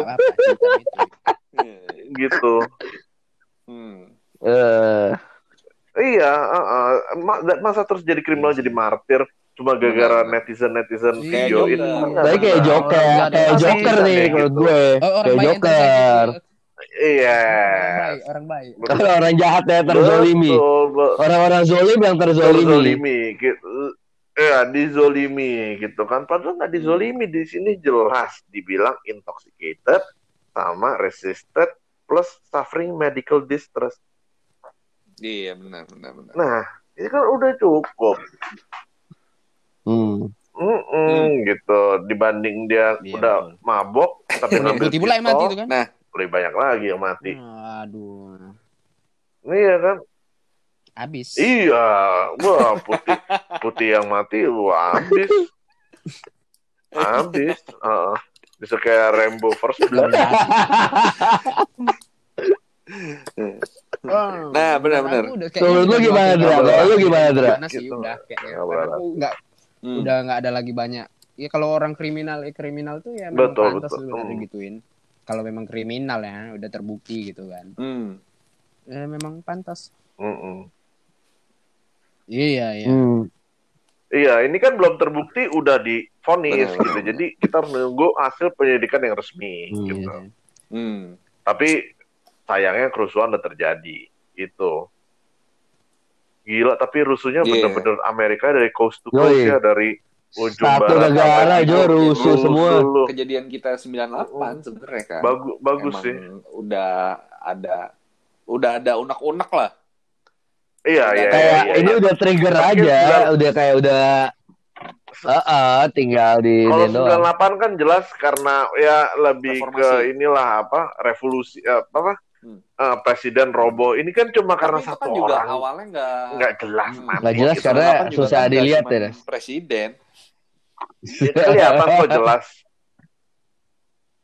Gitu. Hmm. Uh. Iya, uh, uh, masa terus jadi kriminal jadi martir cuma gara-gara netizen-netizen video itu. Tapi kayak Joker, kayak Joker nih menurut gue. Kayak Joker. Iya. Orang baik. Kalau orang jahat ya terzolimi. Orang-orang zolim yang terzolimi. Terzolimi gitu. Ya, dizolimi gitu kan. Padahal nggak dizolimi, di sini jelas dibilang intoxicated sama resisted plus suffering medical distress. Iya benar benar benar. Nah ini kan udah cukup. Hmm. Hmm. gitu dibanding dia iya, udah betul. mabok tapi ngambil pistol. Yang mati itu kan? Nah lebih banyak lagi yang mati. Aduh. Iya kan? Habis. Iya, wah putih putih yang mati, wah habis. Habis. Uh, bisa kayak Rainbow First Blood. Oh, nah benar-benar. Tuh lu gimana Dra? Lu gimana Dra? Karena sih udah kayaknya enggak hmm. udah enggak ada lagi banyak. Ya kalau orang kriminal, eh, kriminal tuh ya memang betul, pantas betul. Udah hmm. digituin. Kalau memang kriminal ya udah terbukti gitu kan. Hmm. Ya memang pantas. Hmm. Iya, iya. Hmm. Iya, ini kan belum terbukti udah divonis gitu. Jadi kita menunggu hasil penyelidikan yang resmi hmm. gitu. Hmm. Tapi sayangnya kerusuhan udah terjadi itu gila, tapi rusuhnya yeah. bener-bener Amerika dari coast to coast ya, dari ujung satu barat negara aja rusuh semua. Kejadian kita sembilan puluh delapan uh, sebenarnya kan bagus bagus emang sih, udah ada udah ada unek-unek lah. Iya iya kayak iya, ini iya. udah trigger tapi aja udah, udah kayak udah Uh, uh, tinggal di kalau sembilan puluh delapan kan jelas karena ya lebih reformasi. Ke inilah apa revolusi apa, apa? Hmm. Uh, presiden robo ini kan cuma tapi karena satu kan juga orang awalnya nggak nggak jelas hmm. nggak jelas gitu. Karena susah dilihat ya presiden ya, kelihatan kok jelas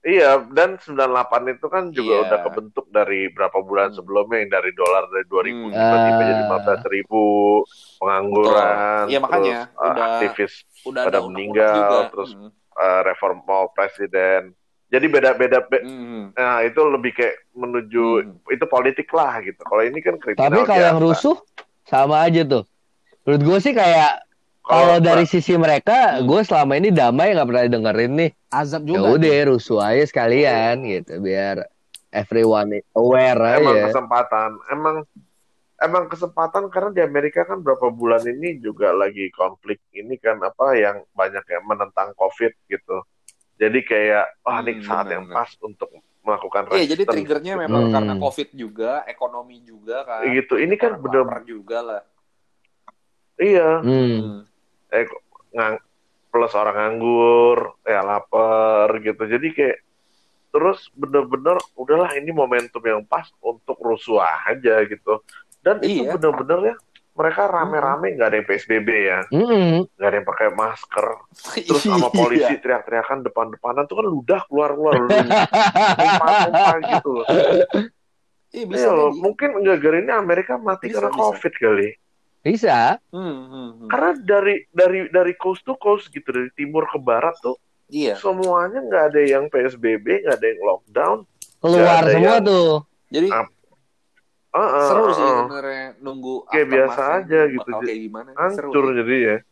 Iya, dan sembilan puluh delapan itu kan juga yeah. udah kebentuk dari berapa bulan hmm. sebelumnya yang dari dolar dari dua ribu hmm. tiba-tiba uh. jadi lima belas ribu, pengangguran, iya, makanya, terus udah, uh, aktivis udah pada meninggal, juga. terus hmm. uh, reform mau presiden. Jadi beda-beda, be- hmm. nah itu lebih kayak menuju, hmm. itu politik lah gitu. Kalau ini kan kriminal. Tapi kalau yang rusuh, sama aja tuh. Menurut gue sih kayak, kalau dari sisi mereka, hmm. gue selama ini damai nggak pernah dengerin nih. Azab juga. Ya udah rusuh aja sekalian gitu biar everyone aware emang aja. kesempatan, emang emang kesempatan karena di Amerika kan berapa bulan ini juga lagi konflik ini kan apa yang banyak yang menentang COVID gitu. Jadi kayak wah oh, ini hmm, saat bener, yang bener. pas untuk melakukan resisten. Iya, jadi triggernya memang hmm. karena COVID juga, ekonomi juga kan. Gitu. Ini kan bener juga lah. Iya. Hmm. Eh, ngang, plus orang nganggur, ya lapar gitu. Jadi kayak terus bener-bener udahlah ini momentum yang pas untuk rusuh aja gitu. Dan iya. itu bener-bener ya mereka rame-rame nggak ada yang P S B B ya, nggak mm-hmm. ada yang pakai masker. Terus sama polisi teriak-teriakan depan-depanan tuh kan ludah keluar-keluar, lumpah-lumpah gitu loh. Iya, bisa loh. Mungkin gara-gara ini Amerika mati bisa, karena bisa. COVID kali. Bisa. Hmm, hmm, hmm. Karena dari dari dari coast to coast gitu, dari timur ke barat tuh, iya. semuanya nggak ada yang P S B B, nggak ada yang lockdown, keluar semua yang, tuh. Jadi uh, uh, uh, seru uh, sih uh. sebenarnya nunggu kayak biasa aja gitu, kayak gimana? Hancur seru, jadi ya.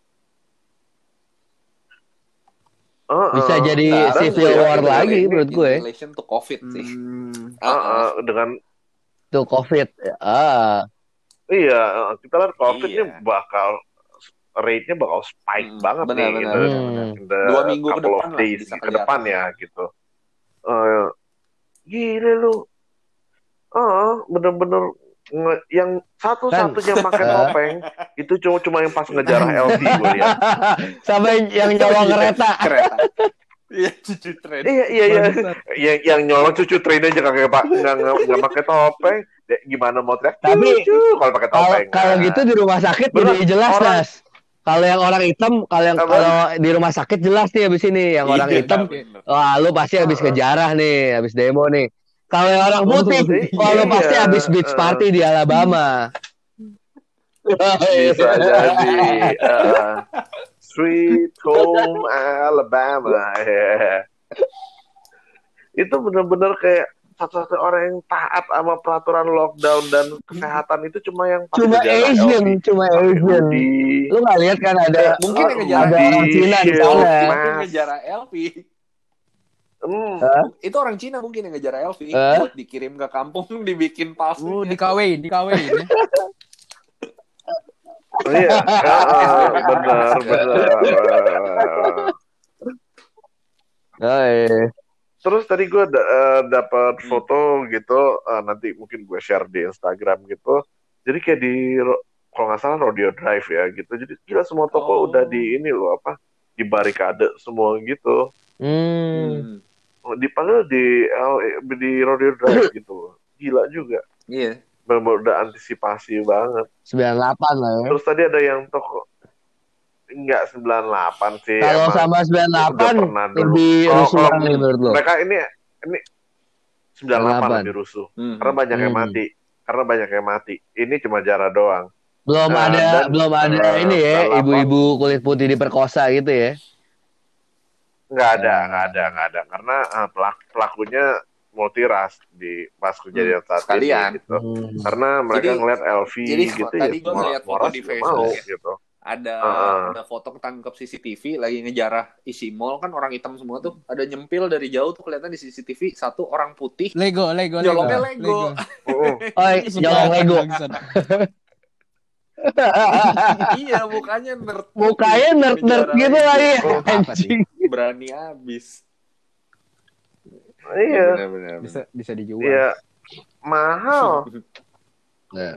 Uh, uh. Bisa jadi nah, civil war lagi menurut gue. In relation to COVID sih. Hmm. Uh, uh, dengan to COVID, ah. Iya, kita lihat COVID iya. ini bakal rate-nya bakal spike hmm, banget bener, nih bener, in bener, bener. Dua minggu ke depan lah bisa ke depan ya gitu. Uh, gila lu. Ah, uh, bener-bener nge- yang satu-satunya kan. pakai topeng itu cuma cuma yang pas ngejarah L V gue lihat. Sama yang nyolong kereta. Kereta. Iya, cucu train. Iya, iya, iya. Yang yang nyolong cucu train aja kagak pak nggak nggak pakai topeng. Ya, gimana mau teriak? Tapi kalau pakai topeng. Kalau nah. gitu di rumah sakit bener, jadi jelas orang, Nas. Kalau yang orang hitam, kalau yang kalau di rumah sakit jelas nih habis ini yang orang hitam, wah lu pasti habis kejarah nih, habis demo nih. Kalau yang orang putih, wah lu pasti habis beach party di Alabama. Bisa jadi. Uh, Sweet Home Alabama. Yeah. Itu benar-benar kayak satu-satu orang yang taat sama peraturan lockdown dan kesehatan itu cuma yang cuma Asian, cuma Asian. Lu nggak lihat kan ada mungkin yang ngejar ada orang Cina di sana. Mungkin ngejar L V. Hmm. Huh? Itu orang Cina mungkin yang ngejar L V huh? buat dikirim ke kampung, dibikin palsu, uh, dikawin, dikawin. Iya, benar, benar. Hai. Terus tadi gue da- uh, dapat foto gitu, uh, nanti mungkin gue share di Instagram gitu. Jadi kayak di, kalau nggak salah Rodeo Drive ya gitu. Jadi gila semua toko oh. udah di ini loh apa, di barikade semua gitu. Hmm. Dipanggil di L A, di Rodeo Drive gitu. Gila juga. Iya. Yeah. Benar-benar udah antisipasi banget. sembilan puluh delapan lah ya. Terus tadi ada yang toko. Enggak, sembilan puluh delapan sih. Kalau sama sembilan puluh delapan lebih rusuh oh, nih menurut lo? Mereka ini ini sembilan puluh delapan lebih rusuh. Hmm. Karena banyak hmm. yang mati. Karena banyak yang mati. Ini cuma jarah doang. Belum nah, ada dan, belum ada uh, ini ya, ibu-ibu kulit putih diperkosa gitu ya. Enggak ada, enggak ada, enggak ada. Karena uh, pelak, pelakunya multi ras di pas kejadian hmm. saat ini gitu. Hmm. Karena mereka jadi, ngeliat L V jadi, gitu tadi ya. Gue ngeliat foto di Facebook mau, ya. gitu. Ada uh, ada foto ketangkep C C T V lagi ngejarah isi mall kan orang hitam semua tuh, ada nyempil dari jauh tuh kelihatan di C C T V satu orang putih Lego Lego nyolongnya Lego, Lego. Oh, nyolong Lego. Iya mukanya nerd, mukanya nerd nerd gitu lagi oh, anjing berani abis. Iya bener, bener, bisa bisa dijual. Iya mahal. Nah.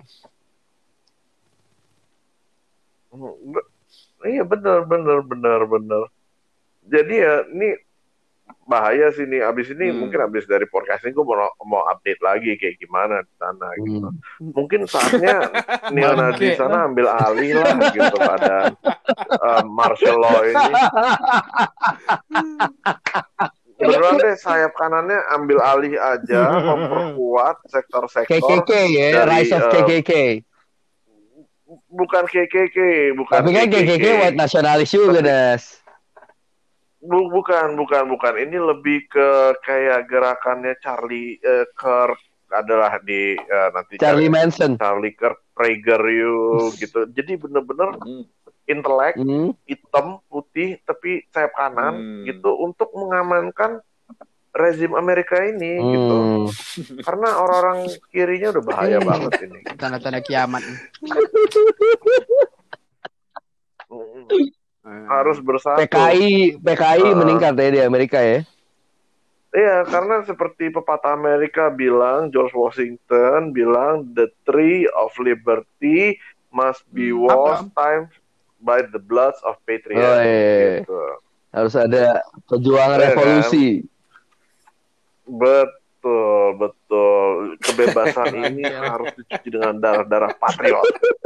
Iya benar benar benar benar. Jadi ya ini bahaya sih nih. Abis ini hmm. mungkin abis dari podcast ini gue mau mau update lagi kayak gimana di sana gitu. Hmm. Mungkin saatnya Niona di sana ambil alih lah gitu keadaan uh, martial law ini. Beneran deh sayap kanannya ambil alih aja, memperkuat sektor-sektor. K K K ya, dari, Rise of uh, K K K. Bukan K K K, bukan. Tapi kan K K K white nasionalis juga, Das. Bukan, bukan, bukan. Ini lebih ke kayak gerakannya Charlie uh, Kirk adalah di uh, nanti Charlie Manson, Charlie Kirk, PragerU gitu. Jadi bener-bener mm. intelek, mm. hitam, putih, tapi sayap kanan mm. gitu untuk mengamankan rezim Amerika ini mm. gitu. Karena orang-orang kirinya udah bahaya banget ini. Tanda-tanda kiamat. Harus bersatu. P K I, P K I uh, meningkat ya di Amerika ya. Iya, karena seperti pepatah Amerika bilang, George Washington bilang, the tree of liberty must be washed time by the blood of patriots. Oh, iya. Gitu. Harus ada perjuangan ya, revolusi. Kan? Betul, betul. Kebebasan ini harus dicuci dengan darah-darah patriot.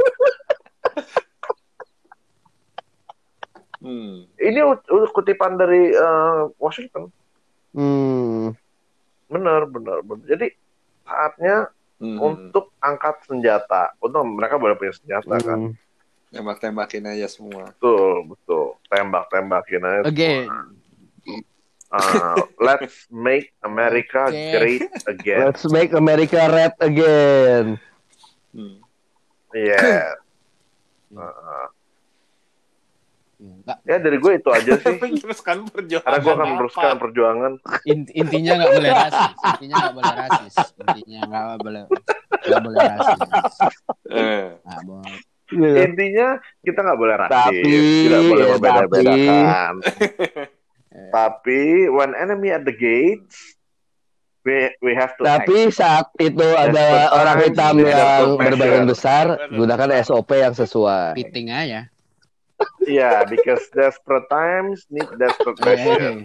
Hmm. Ini kutipan dari uh, Washington. Hmm. Benar, benar, benar. Jadi saatnya hmm. untuk angkat senjata. Untuk mereka boleh punya senjata hmm. kan. Tembak-tembakin aja semua. Betul, betul. Tembak-tembakin aja. Oke. Okay. Uh, let's make America okay. great again. Let's make America red again. Hmm. Yeah. Uh, Enggak. Ya dari gue itu aja sih. Meneruskan perjuangan. Karena gue akan meneruskan perjuangan. Intinya nggak boleh rasis. Intinya nggak boleh rasis. Intinya nggak boleh nggak boleh rasis. Nggak boleh. Intinya kita nggak boleh rasis. Tapi, tidak boleh membeda-bedakan. Tapi when enemy at the gates, we we have to. Tapi act. Saat itu ada orang hitam yang berbadan besar, gunakan S O P yang sesuai. Fitting aja. Iya, yeah, because desperate times need desperate measures.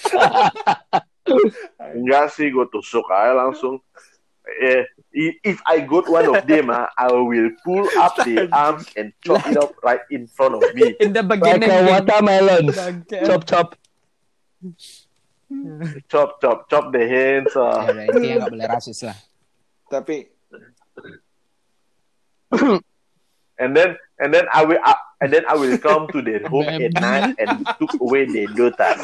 Enggak sih, gue tusuk aja langsung. Eh, if I got one of them, I will pull up the arms and chop it up right in front of me. In the beginning, like a watermelon. Chop chop. Chop chop chop the hands. Uh. Ya, intinya nggak boleh rasis lah. Tapi and then and then I will uh, and then I will come to their home at night and took away their daughters.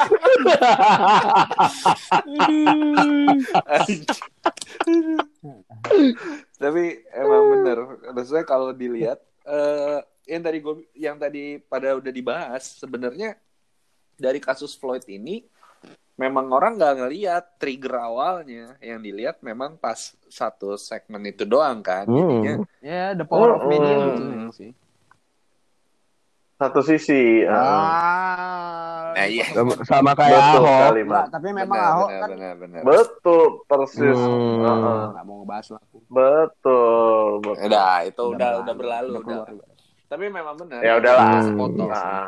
Tapi emang bener, maksudnya kalau dilihat uh, yang tadi gue yang tadi pada udah dibahas sebenarnya dari kasus Floyd ini memang orang nggak ngelihat trigger awalnya, yang dilihat memang pas satu segmen itu doang kan. Hmm. Jadinya ya yeah, the power of media hmm. gitu sih. Satu sisi. Ah, nah, iya. Sama kayak Ahok. Nah, tapi memang benar, Ahok benar, kan. Benar, benar. Betul, persis. Hmm. Uh-huh. Nggak mau ngebahas lah. Betul, betul. Udah, itu udah udah, udah berlalu udah. udah. Tapi memang benar. Ya udahlah. Hmm. Nah.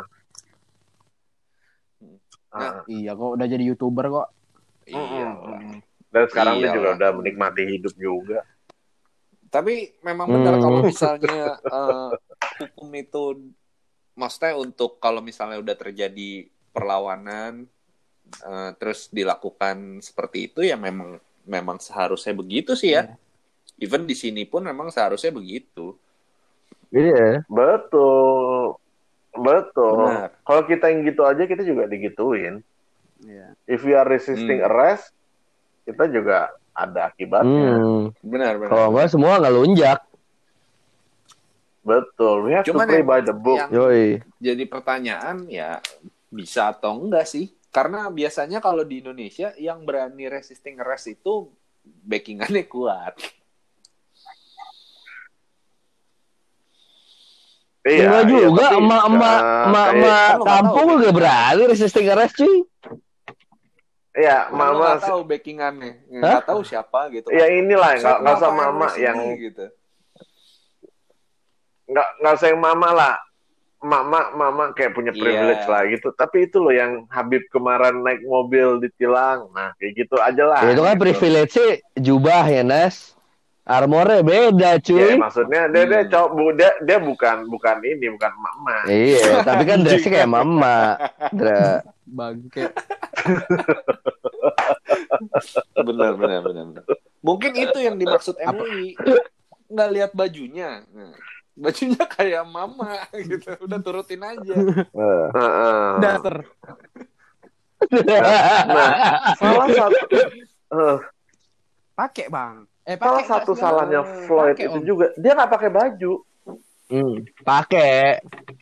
Nah, iya kok udah jadi YouTuber kok. Iya. Dan sekarang dia juga udah menikmati hidup juga. Tapi memang benar hmm. kalau misalnya uh, hukum itu maksudnya untuk kalau misalnya udah terjadi perlawanan uh, terus dilakukan seperti itu ya memang memang seharusnya begitu sih ya. Yeah. Even di sini pun memang seharusnya begitu. Iya, yeah. Betul. Betul. Benar. Kalau kita yang gitu aja kita juga digituin. Yeah. If we are resisting hmm. arrest, kita juga ada akibatnya. Hmm. Benar, benar. Kalau enggak semua ngelunjak. Betul. We have Cuman to play by the book. Yoi. Jadi pertanyaan ya bisa atau enggak sih? Karena biasanya kalau di Indonesia yang berani resisting arrest itu backingannya kuat. Iya juga, emak-emak emak-emak kampung juga berani resisting arrest cuy. Iya, mama nggak tahu backingannya, nggak tahu siapa gitu. Ya inilah, nggak nggak usah mama yang gitu. Nggak nggak usah yang mama lah, mama mama kayak punya privilege yeah. lah gitu. Tapi itu loh yang Habib kemarin naik mobil ditilang, nah kayak gitu aja lah. Ya, itu kan gitu. Privilege sih jubah ya Nas. Armornya beda cuy. Ya, maksudnya dia dia cowok dia, dia bukan bukan ini bukan mama. Iya, tapi kan dressnya kayak mama. Dra. Bangke. benar, benar, benar, benar. Mungkin itu yang dimaksud Emily. Nggak lihat bajunya. Nah, bajunya kayak mama gitu. Udah turutin aja. Daster. Nah, salah satu uh, pakai bang. Eh, salah satu salahnya Floyd pake, itu om. juga dia nggak pakai baju. Hmm, pakai.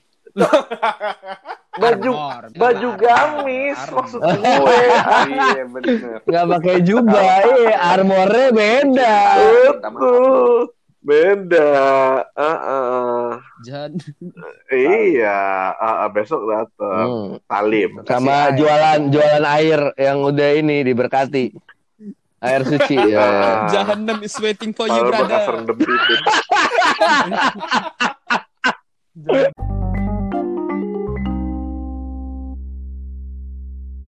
baju armor, baju gamis armor. Maksud gue. Iya benar. Nggak pakai jubah, iya armornya beda. Betul. Beda. Uh, uh. Jan. Iya, uh, uh, besok datang. Hmm. Salim. Sama air. jualan jualan air yang udah ini diberkati. Air suci ya. Jahannam is waiting for you, brother.